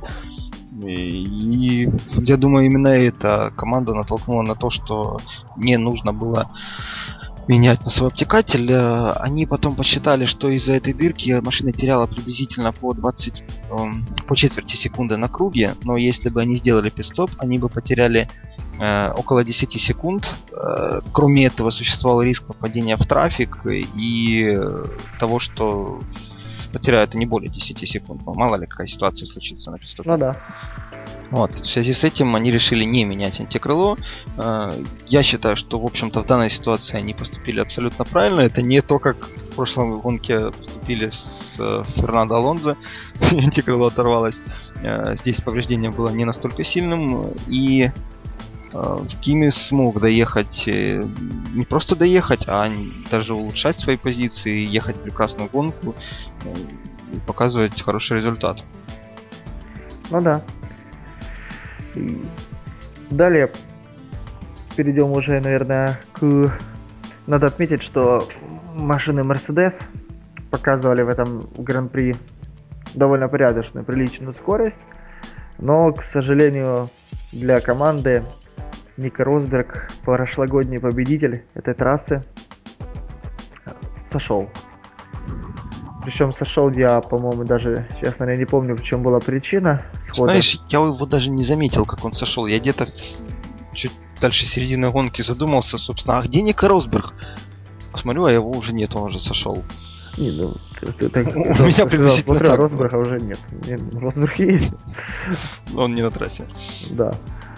И я думаю, именно эта команда натолкнула на то, что не нужно было менять носовой обтекатель. Они потом посчитали, что из-за этой дырки машина теряла приблизительно по четверти секунды на круге, но если бы они сделали пит-стоп, они бы потеряли около 10 секунд. Кроме этого, существовал риск попадения в трафик и того, что потеряют не более 10 секунд. Но мало ли какая ситуация случится на пит-стопе. Ну да. Вот. В связи с этим они решили не менять антикрыло. Я считаю, что, в общем-то, в данной ситуации они поступили абсолютно правильно. Это не то, как в прошлом гонке поступили с Фернандо Алонсо. Антикрыло оторвалось. Здесь повреждение было не настолько сильным. И Кими смог доехать, не просто доехать, а даже улучшать свои позиции, ехать в прекрасную гонку и показывать хороший результат. Ну да. И далее перейдем уже, наверное, к... Надо отметить, что машины Mercedes показывали в этом гран-при довольно порядочную, приличную скорость, но, к сожалению, для команды Ника Росберг, прошлогодний победитель этой трассы, сошел. Причем сошел я, по-моему, даже, честно, я не помню, в чем была причина схода. Знаешь, я его даже не заметил, как он сошел. Я где-то чуть дальше середины гонки задумался, собственно, а где Ника Росберг? Смотрю, а его уже нет, он уже сошел. Не, ну, у меня приблизительно так было. Росберга уже нет. Росберг есть. Он не на трассе. Да.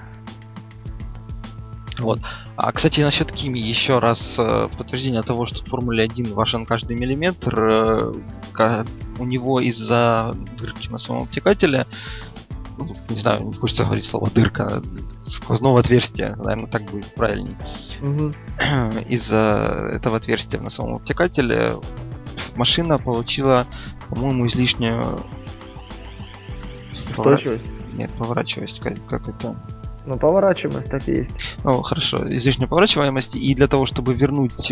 Вот. А, кстати, насчет Кими, еще раз подтверждение того, что в Формуле 1 важен каждый миллиметр. У него из-за дырки на своем обтекателе, не знаю, не хочется говорить слово дырка, сквозного отверстия, наверное, так будет правильней. Угу. Из-за этого отверстия в носовом обтекателе машина получила, по-моему, излишнюю Устойчивость? Нет, поворачиваемость, как это? Ну, поворачиваемость так и есть. Ну, хорошо, излишнюю поворачиваемость. И для того, чтобы вернуть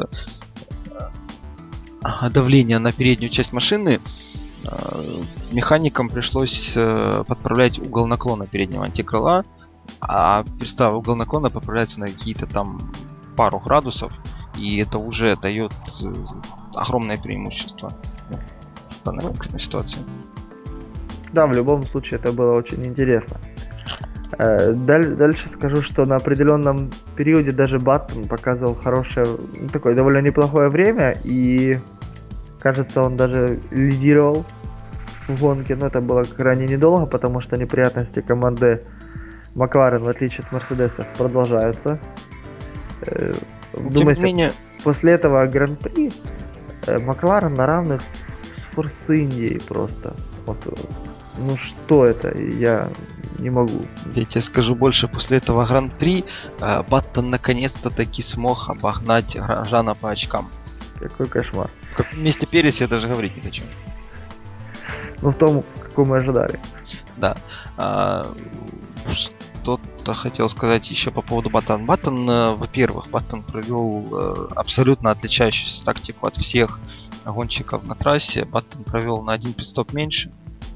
давление на переднюю часть машины, механикам пришлось подправлять угол наклона переднего антикрыла. А представь, угол наклона поправляется на какие-то там пару градусов. И это уже дает огромное преимущество в данной конкретной ситуации. Да, в любом случае это было очень интересно. Дальше скажу, что на определенном периоде даже Баттон показывал хорошее, ну, такое довольно неплохое время, и кажется, он даже лидировал в гонке, но это было крайне недолго, потому что неприятности команды Макларен, в отличие от Мерседесов, продолжаются. Тем не Думаю, менее, после этого Гран-при Макларен на равных с Форс Индией просто. Вот, ну что это? Я не могу. я тебе скажу больше, после этого гран-при Баттон наконец-то таки смог обогнать Жана по очкам. Какой кошмар. В каком месте Перес я даже говорить не хочу. Ну, в том, каком мы ожидали. Да. Что-то хотел сказать еще по поводу Баттон. Баттон, во-первых, Баттон провел абсолютно отличающуюся тактику от всех гонщиков на трассе. Баттон провел на один пидстоп меньше.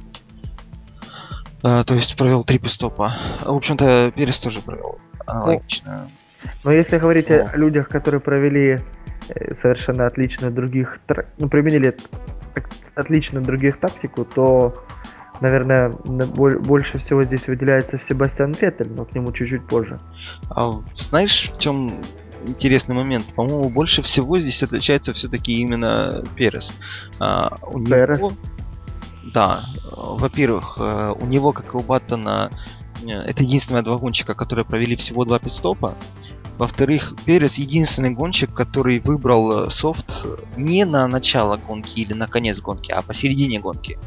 То есть провел 3 пидстопа. В общем-то, Перес тоже провел аналогичную. Но если говорить о людях, которые провели совершенно отличную других, ну, применили отличную других тактику, то, наверное, больше всего здесь выделяется Себастьян Феттель, но к нему чуть-чуть позже. Знаешь, в чем интересный момент? По-моему, больше всего здесь отличается все-таки именно Перес. У него, да, во-первых, у него, как и у Баттона, это единственные два гонщика, которые провели всего 2 пидстопа. Во-вторых, Перес единственный гонщик, который выбрал софт не на начало гонки или на конец гонки, а посередине гонки.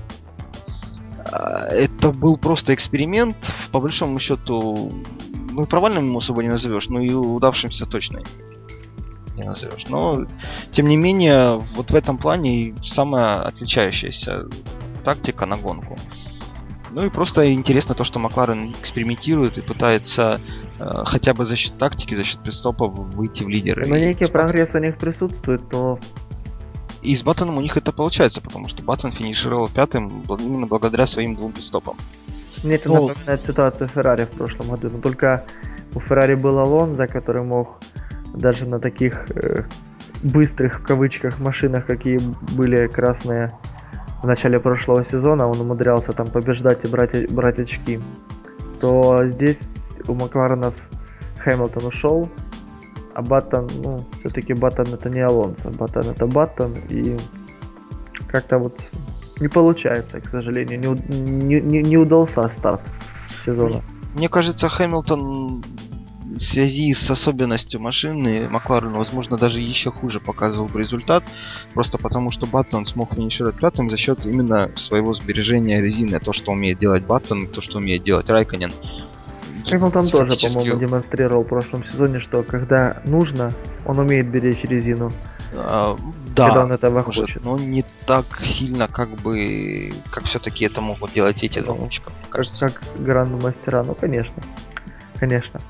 Это был просто эксперимент, по большому счету, ну, провальным ему особо не назовешь, но и удавшимся точно не назовешь. Но, тем не менее, вот в этом плане самая отличающаяся тактика на гонку. Ну и просто интересно то, что Макларен экспериментирует и пытается хотя бы за счет тактики, за счет пидстопа выйти в лидеры. Но некий прогресс у них присутствует, но... И с Баттоном у них это получается, потому что Баттон финишировал пятым именно благодаря своим 2 пидстопам. Мне это напоминает ситуацию Феррари в прошлом году, но только у Феррари был Алонзо, который мог даже на таких быстрых, в кавычках, машинах, какие были красные в начале прошлого сезона, он умудрялся там побеждать и брать очки, то здесь у Макларенов Хэмилтон ушел, а Баттон, ну, все-таки Баттон это не Алонсо, Баттон это Баттон, и как-то вот не получается, к сожалению, не удался старт сезона. Мне кажется, Хэмилтон в связи с особенностью машины Макларен, возможно, даже еще хуже показывал бы результат, просто потому что Баттон смог финишировать пятым за счет именно своего сбережения резины, то, что умеет делать Баттон, то, что умеет делать Райконен. Хэмилтон тоже, по-моему, демонстрировал в прошлом сезоне, что когда нужно, он умеет беречь резину. Да, когда он этого может, хочет. но не так сильно, как все-таки это могут делать эти два гонщика, мне кажется. Как гранд-мастера, ну конечно. Конечно.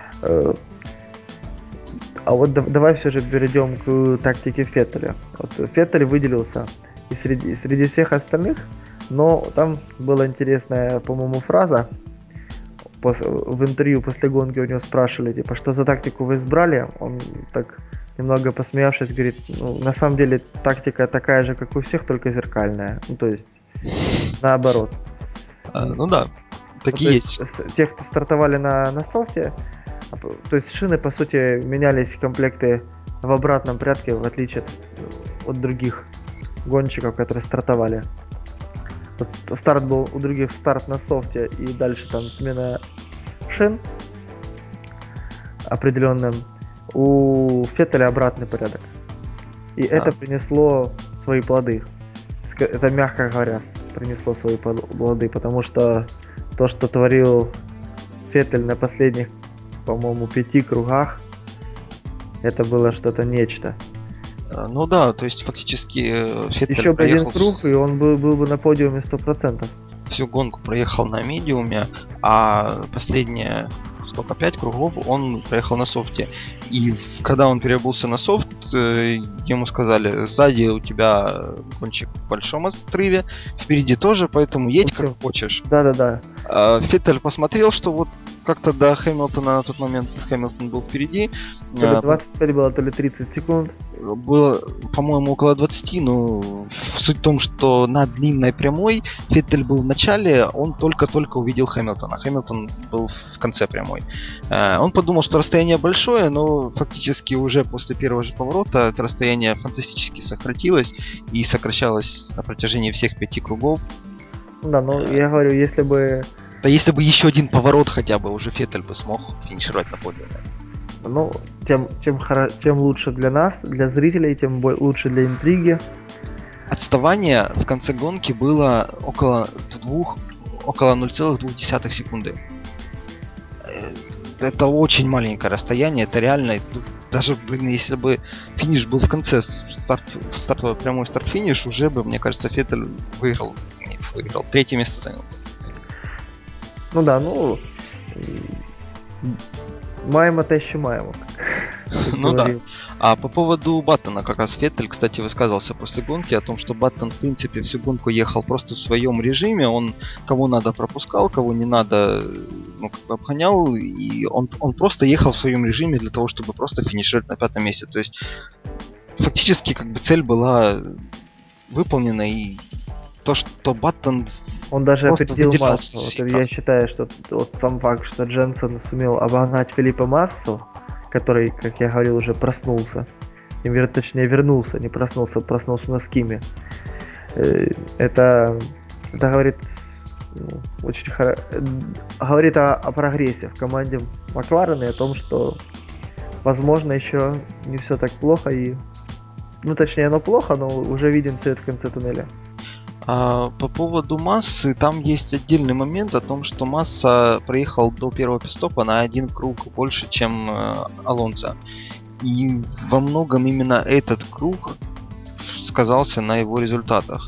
А вот давай все же перейдем к тактике Феттеля. Вот Феттель выделился и среди всех остальных, но там была интересная, по-моему, фраза. В интервью после гонки у него спрашивали, типа, что за тактику вы избрали? Он так немного посмеявшись говорит, ну, на самом деле тактика такая же, как у всех, только зеркальная. Ну, то есть, наоборот. Ну да, так и есть. Те, кто стартовали на софте, то есть шины, по сути, менялись комплекты в обратном порядке, в отличие от других гонщиков, которые стартовали. Вот старт был у других старт на софте и дальше там смена шин определенным. У Феттеля обратный порядок. И это принесло свои плоды. Это, мягко говоря, принесло свои плоды, потому что то, что творил Феттель на последних, по-моему, 5 кругах, это было что-то нечто. Ну да, то есть фактически Феттель еще бы один круг, и он был бы на подиуме 100%. Всю гонку проехал на медиуме, а последние 5 кругов он проехал на софте. И когда он переобулся на софт, ему сказали, сзади у тебя гонщик в большом отрыве, впереди тоже, поэтому едь как хочешь. Да. Феттель посмотрел, что вот как-то до Хэмилтона на тот момент Хэмилтон был впереди. То ли 25 было, то ли 30 секунд. Было, по-моему, около 20, но суть в том, что на длинной прямой Феттель был в начале, он только-только увидел Хэмилтона. Хэмилтон был в конце прямой. Он подумал, что расстояние большое, но фактически уже после первого же поворота это расстояние фантастически сократилось и сокращалось на протяжении всех 5 кругов. Да, ну я говорю, если бы... Да если бы еще один поворот хотя бы, уже Феттель бы смог финишировать на подиуме. Ну, тем лучше для нас, для зрителей, тем лучше для интриги. Отставание в конце гонки было около 0,2 секунды. Это очень маленькое расстояние, это реально, даже, если бы финиш был в конце, стартовой прямой старт-финиш, уже бы, мне кажется, Феттель выиграл, третье место занял. Ну да, ну, маємо те, що маємо. Ну да. А по поводу Баттона, как раз Феттель, кстати, высказался после гонки о том, что Баттон, в принципе, всю гонку ехал просто в своем режиме. Он кого надо пропускал, кого не надо, ну, как бы обгонял. И он просто ехал в своем режиме для того, чтобы просто финишировать на 5-м месте. То есть, фактически, как бы цель была выполнена. И то, что Баттон он даже опередил Массу. Вот я считаю, что вот сам факт, что Дженсен сумел обогнать Филиппа Массу, который, как я говорил, уже проснулся. Точнее, вернулся, не проснулся, проснулся на скиме. Это говорит очень говорит о прогрессе в команде Макларена и о том, что, возможно, еще не все так плохо. И, ну, точнее, оно плохо, но уже виден свет в конце туннеля. А по поводу Массы, там есть отдельный момент о том, что Масса проехал до первого пит-стопа на один круг больше, чем Алонсо. И во многом именно этот круг сказался на его результатах.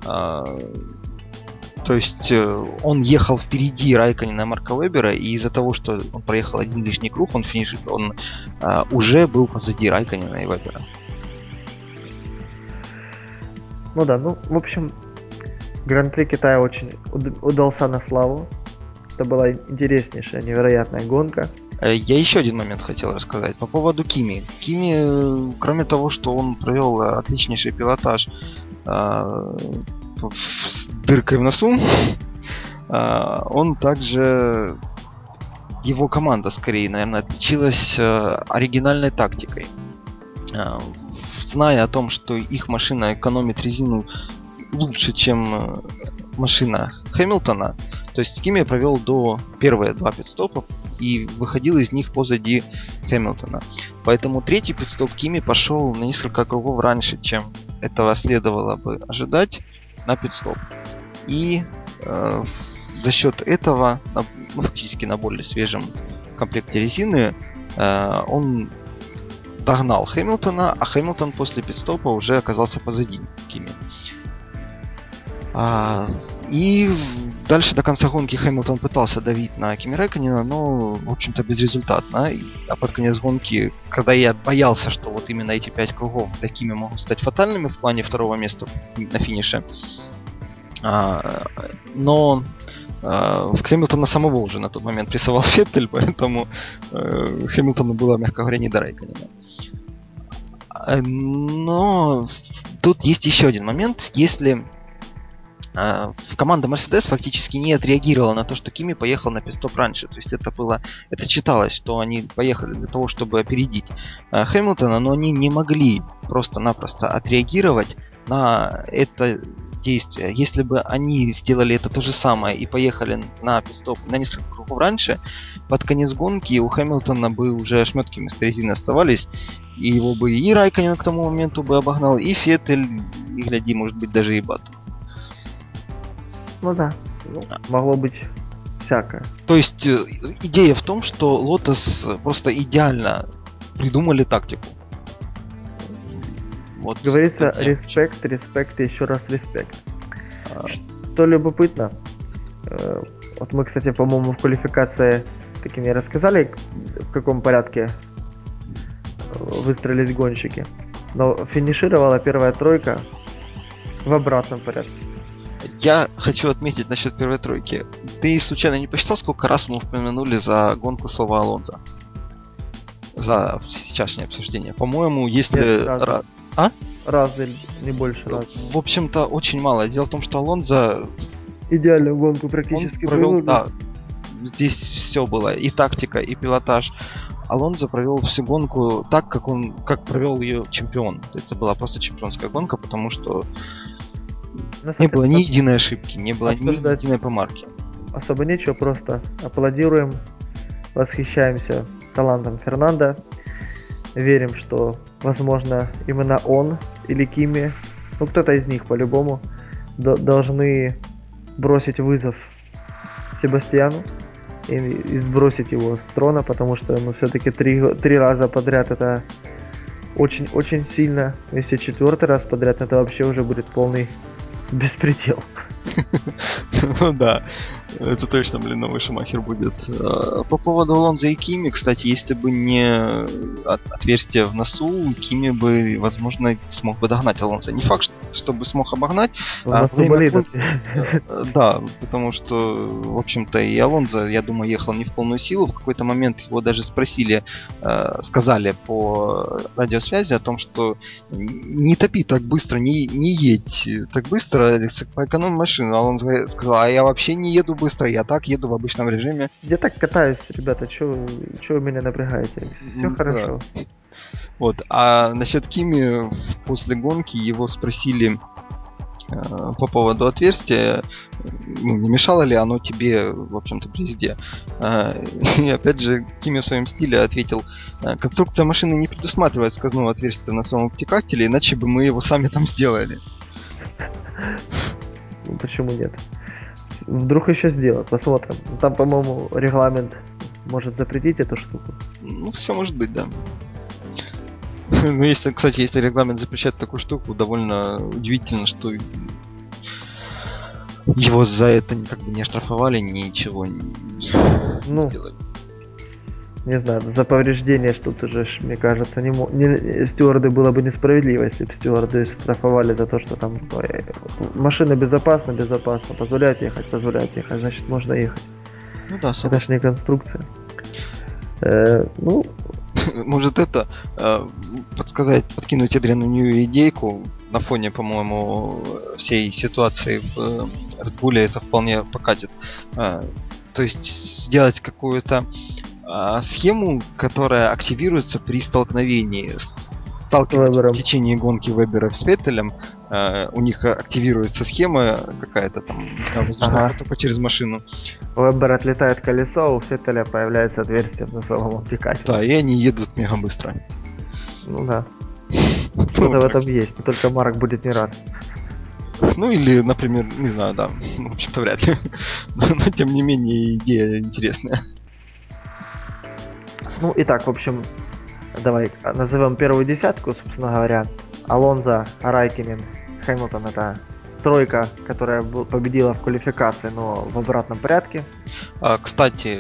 То есть он ехал впереди Райконена и Марка Вебера, и из-за того, что он проехал один лишний круг, он уже был позади Райконена и Вебера. Ну да, ну, в общем, Гран-при Китая очень удался на славу. Это была интереснейшая, невероятная гонка. Я еще один момент хотел рассказать по поводу Кими. Кими, кроме того, что он провел отличнейший пилотаж с дыркой в носу, он также, его команда скорее, наверное, отличилась оригинальной тактикой. Зная о том, что их машина экономит резину лучше, чем машина Хэмилтона, то есть Кими провел до первые 2 пит-стопа и выходил из них позади Хэмилтона. Поэтому третий пит-стоп Кими пошел на несколько кругов раньше, чем этого следовало бы ожидать на пит-стоп. И за счет этого, ну, фактически на более свежем комплекте резины, он догнал Хэмилтона, а Хэмилтон после пит-стопа уже оказался позади Кими. И дальше до конца гонки Хэмилтон пытался давить на Кими Рэйкконена, но, в общем-то, безрезультатно. А под конец гонки, когда я боялся, что вот именно эти 5 кругов для Кими могут стать фатальными в плане второго места на финише, но в Хэмилтона самого уже на тот момент прессовал Феттель, поэтому Хэмилтону было, мягко говоря, не до Рэйкконена. Но тут есть еще один момент. Если команда Mercedes фактически не отреагировала на то, что Кими поехал на пит-стоп раньше. То есть это читалось, что они поехали для того, чтобы опередить Хэмилтона, но они не могли просто-напросто отреагировать на это действие. Если бы они сделали это то же самое и поехали на пит-стоп на несколько кругов раньше, под конец гонки у Хэмилтона бы уже ошметки вместо резины оставались, и его бы и Райконен к тому моменту бы обогнал, и Феттель, и, гляди, может быть, даже и Баттон. Ну да, могло быть всякое. То есть идея в том, что Lotus просто идеально придумали тактику. Вот. Говорится, респект и еще раз респект. Что любопытно, вот мы, кстати, по-моему, в квалификации таки не рассказали, в каком порядке выстроились гонщики. Но финишировала первая тройка в обратном порядке. Я хочу отметить насчет первой тройки. Ты случайно не посчитал, сколько раз мы упомянули за гонку слова Алонзо? За сейчасшнее обсуждение. По-моему, Нет, если... раза. А? Раз или не больше раз. В общем-то, очень мало. Дело в том, что Алонзо... Идеальную гонку Он практически провел... провел. Да, здесь все было. И тактика, и пилотаж. Алонзо провел всю гонку так, как провел ее чемпион. То есть это была просто чемпионская гонка, потому что не было ни единой ошибки, не было ни единой помарки. Особо нечего, просто аплодируем, восхищаемся талантом Фернандо, верим, что, возможно, именно он или Кими, ну кто-то из них по-любому, должны бросить вызов Себастьяну и сбросить его с трона, потому что, ну, все-таки три раза подряд это очень сильно. Если четвертый раз подряд, это вообще уже будет полный беспредел. Ну да, это точно, новый Шумахер будет. По поводу Алонзо и Кими, кстати, если бы не отверстие в носу, Кими бы, возможно, смог бы догнать Алонзо. Не факт, чтобы смог обогнать, В носу время болит. гонки... Да, потому что, в общем-то, и Алонзо, я думаю, ехал не в полную силу. В какой-то момент его даже сказали по радиосвязи о том, что не топи так быстро, не едь так быстро, поэкономь машину. А он сказал, а я вообще не еду быстро, я так еду в обычном режиме. Я так катаюсь, ребята, чё вы меня напрягаете? Все хорошо. Да. Вот. А насчет Кими, после гонки его спросили по поводу отверстия, не мешало ли оно тебе, в общем-то, при езде. И опять же, Кими в своем стиле ответил, конструкция машины не предусматривает сквозного отверстия на самом обтекателе, иначе бы мы его сами там сделали. Ну, почему нет? Вдруг еще сделают, посмотрим. Там, по-моему, регламент может запретить эту штуку. Ну, все может быть, да. Ну, если регламент запрещает такую штуку, довольно удивительно, что его за это как бы не оштрафовали, ничего не сделали. Не знаю, за повреждение что-то же, мне кажется, стюарды было бы несправедливо, если бы стюарды штрафовали за то, что там машина безопасна, позволяет ехать, значит можно ехать. Ну да, Это ж согласен. не конструкция. Может это подкинуть Эдриану идейку на фоне, по-моему, всей ситуации в Red Bull это вполне покатит. То есть сделать какую-то схему, которая активируется при столкновении. Сталкивать в течение гонки Вебера с Феттелем, у них активируется схема какая-то там, не знаю, воздушного потока через машину. У Вебера отлетает колесо, у Феттеля появляется отверстие в носовом обтекателе. Да, и они едут мега быстро. Ну да. Что-то в этом есть, но только Марк будет не рад. Ну или, например, не знаю, да, в общем-то вряд ли. Но тем не менее идея интересная. Ну и так, в общем, давай назовем первую десятку, собственно говоря. Алонзо, Райкинен, Хэмилтон — это тройка, которая победила в квалификации, но в обратном порядке. Кстати,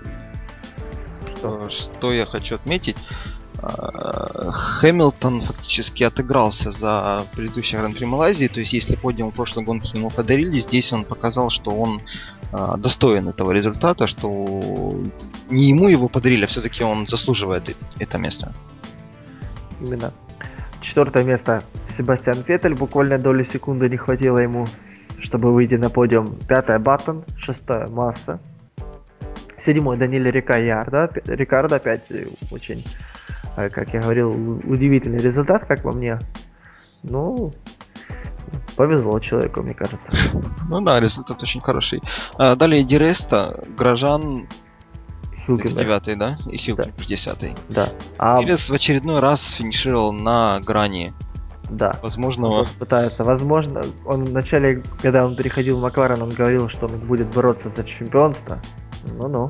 что я хочу отметить, Хэмилтон фактически отыгрался за предыдущий Гран-при Малайзии. То есть, если подиум в прошлой гонке ему подарили, здесь он показал, что он достоин этого результата, что не ему его подарили, а все-таки он заслуживает это место. Именно. Четвертое место Себастьян Феттель. Буквально доли секунды не хватило ему, чтобы выйти на подиум. Пятое Баттон. Шестое Масса. Седьмой Даниэль Рикардо опять очень, как я говорил, удивительный результат, как по мне. Ну, повезло человеку, мне кажется. Ну да, результат очень хороший. Далее Ди Реста, Грожан 9-й, да? И Хилкенберг 10-й. Да. Перес в очередной раз финишировал на грани. Да. Возможного. Он пытается. Возможно, он вначале, когда он переходил в Макларен, он говорил, что он будет бороться за чемпионство. Ну-ну.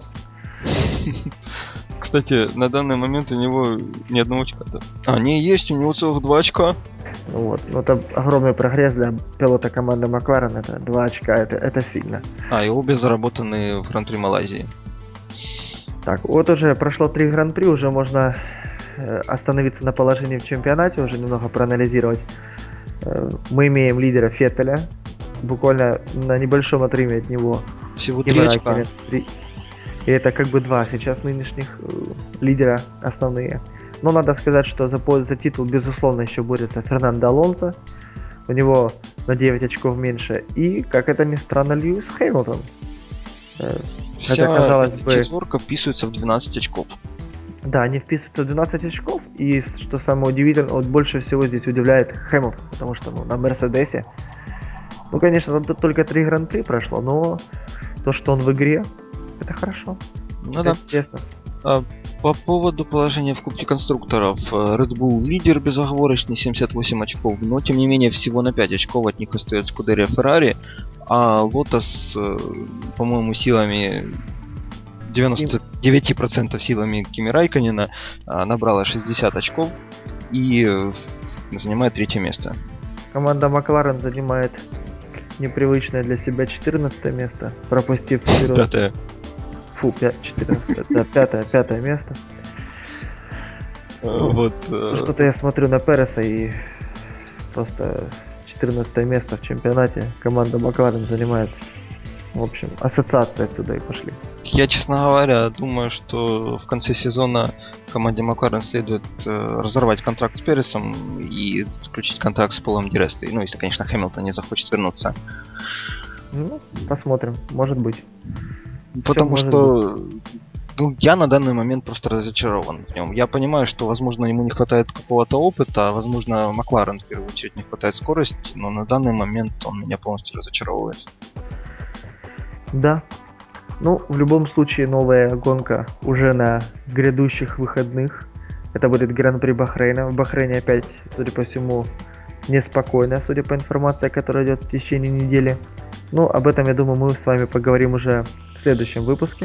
Кстати, на данный момент у него ни одного очка. Да? Есть, у него целых 2 очка. Ну вот. Ну, это огромный прогресс для пилота команды Макларен. Это 2 очка, это сильно. И обе заработаны в Гран-при Малайзии. Так, вот уже прошло 3 Гран-при, уже можно остановиться на положении в чемпионате, уже немного проанализировать. Мы имеем лидера Феттеля, буквально на небольшом отрыве от него Всего 3 Кими очка. Райконен. И это как бы два сейчас нынешних лидера основные. Но надо сказать, что за титул, безусловно, еще борется Фернандо Алонсо. У него на 9 очков меньше. И, как это ни странно, Льюис Хэмилтон. Вся Это, казалось эта бы, четверка вписывается в 12 очков. да, они вписываются в 12 очков. И, что самое удивительное, вот больше всего здесь удивляет Хэмилтон. Потому что на Мерседесе, конечно, тут только 3 гран-при прошло, но то, что он в игре, это хорошо. Ну это да. Честно. По поводу положения в Кубке конструкторов. Red Bull лидер безоговорочный, 78 очков, но тем не менее всего на 5 очков от них остается Скудерия Феррари, а Lotus, по-моему, силами 99% силами Кими Райконена набрала 60 очков и занимает 3 место. Команда Макларен занимает непривычное для себя 14 место, пропустив вперед... Пятое. Фу, 14, да, пятое место. Что-то я смотрю на Переса и просто 14 место в чемпионате команда Макларен занимает. В общем, ассоциации отсюда и пошли. Я, честно говоря, думаю, что в конце сезона команде Макларен следует разорвать контракт с Пересом и заключить контракт с Полом Ди Рестой. Ну, если, конечно, Хэмилтон не захочет вернуться. Ну, посмотрим, может быть. Потому что я на данный момент просто разочарован в нем. Я понимаю, что, возможно, ему не хватает какого-то опыта, а, возможно, Макларен в первую очередь не хватает скорости, но на данный момент он меня полностью разочаровывает. Да. Ну, в любом случае, новая гонка уже на грядущих выходных. Это будет Гран-при Бахрейна. В Бахрейне опять, судя по всему, неспокойно, судя по информации, которая идет в течение недели. Ну, об этом, я думаю, мы с вами поговорим уже в следующем выпуске.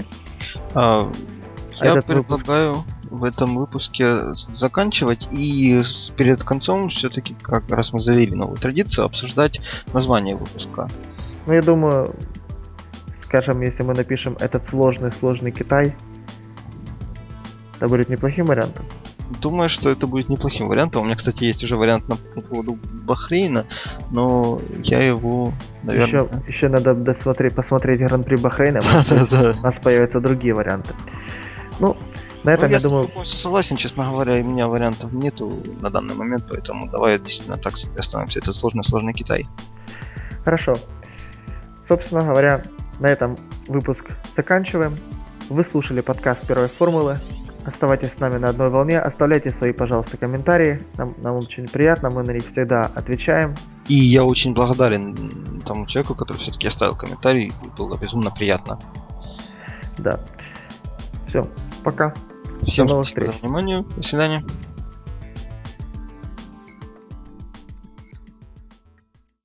Я предлагаю в этом выпуске заканчивать и перед концом все-таки, как раз мы завели новую традицию, обсуждать название выпуска. Ну, я думаю, скажем, если мы напишем этот сложный Китай, это будет неплохим вариантом. Думаю, что это будет неплохим вариантом. У меня, кстати, есть уже вариант по поводу Бахрейна, но я его, наверное... Еще надо посмотреть Гран-при Бахрейна, может быть, у нас появятся другие варианты. Ну, на этом, я думаю... полностью согласен, честно говоря, у меня вариантов нету на данный момент, поэтому давай действительно так себе остановимся. Это сложный Китай. Хорошо. Собственно говоря, на этом выпуск заканчиваем. Вы слушали подкаст Первой Формулы. Оставайтесь с нами на одной волне. Оставляйте свои, пожалуйста, комментарии. Нам очень приятно, мы на них всегда отвечаем. И я очень благодарен тому человеку, который все-таки оставил комментарий. Было безумно приятно. Да. Все, пока. Всем до новых спасибо встреч. за внимание. До свидания.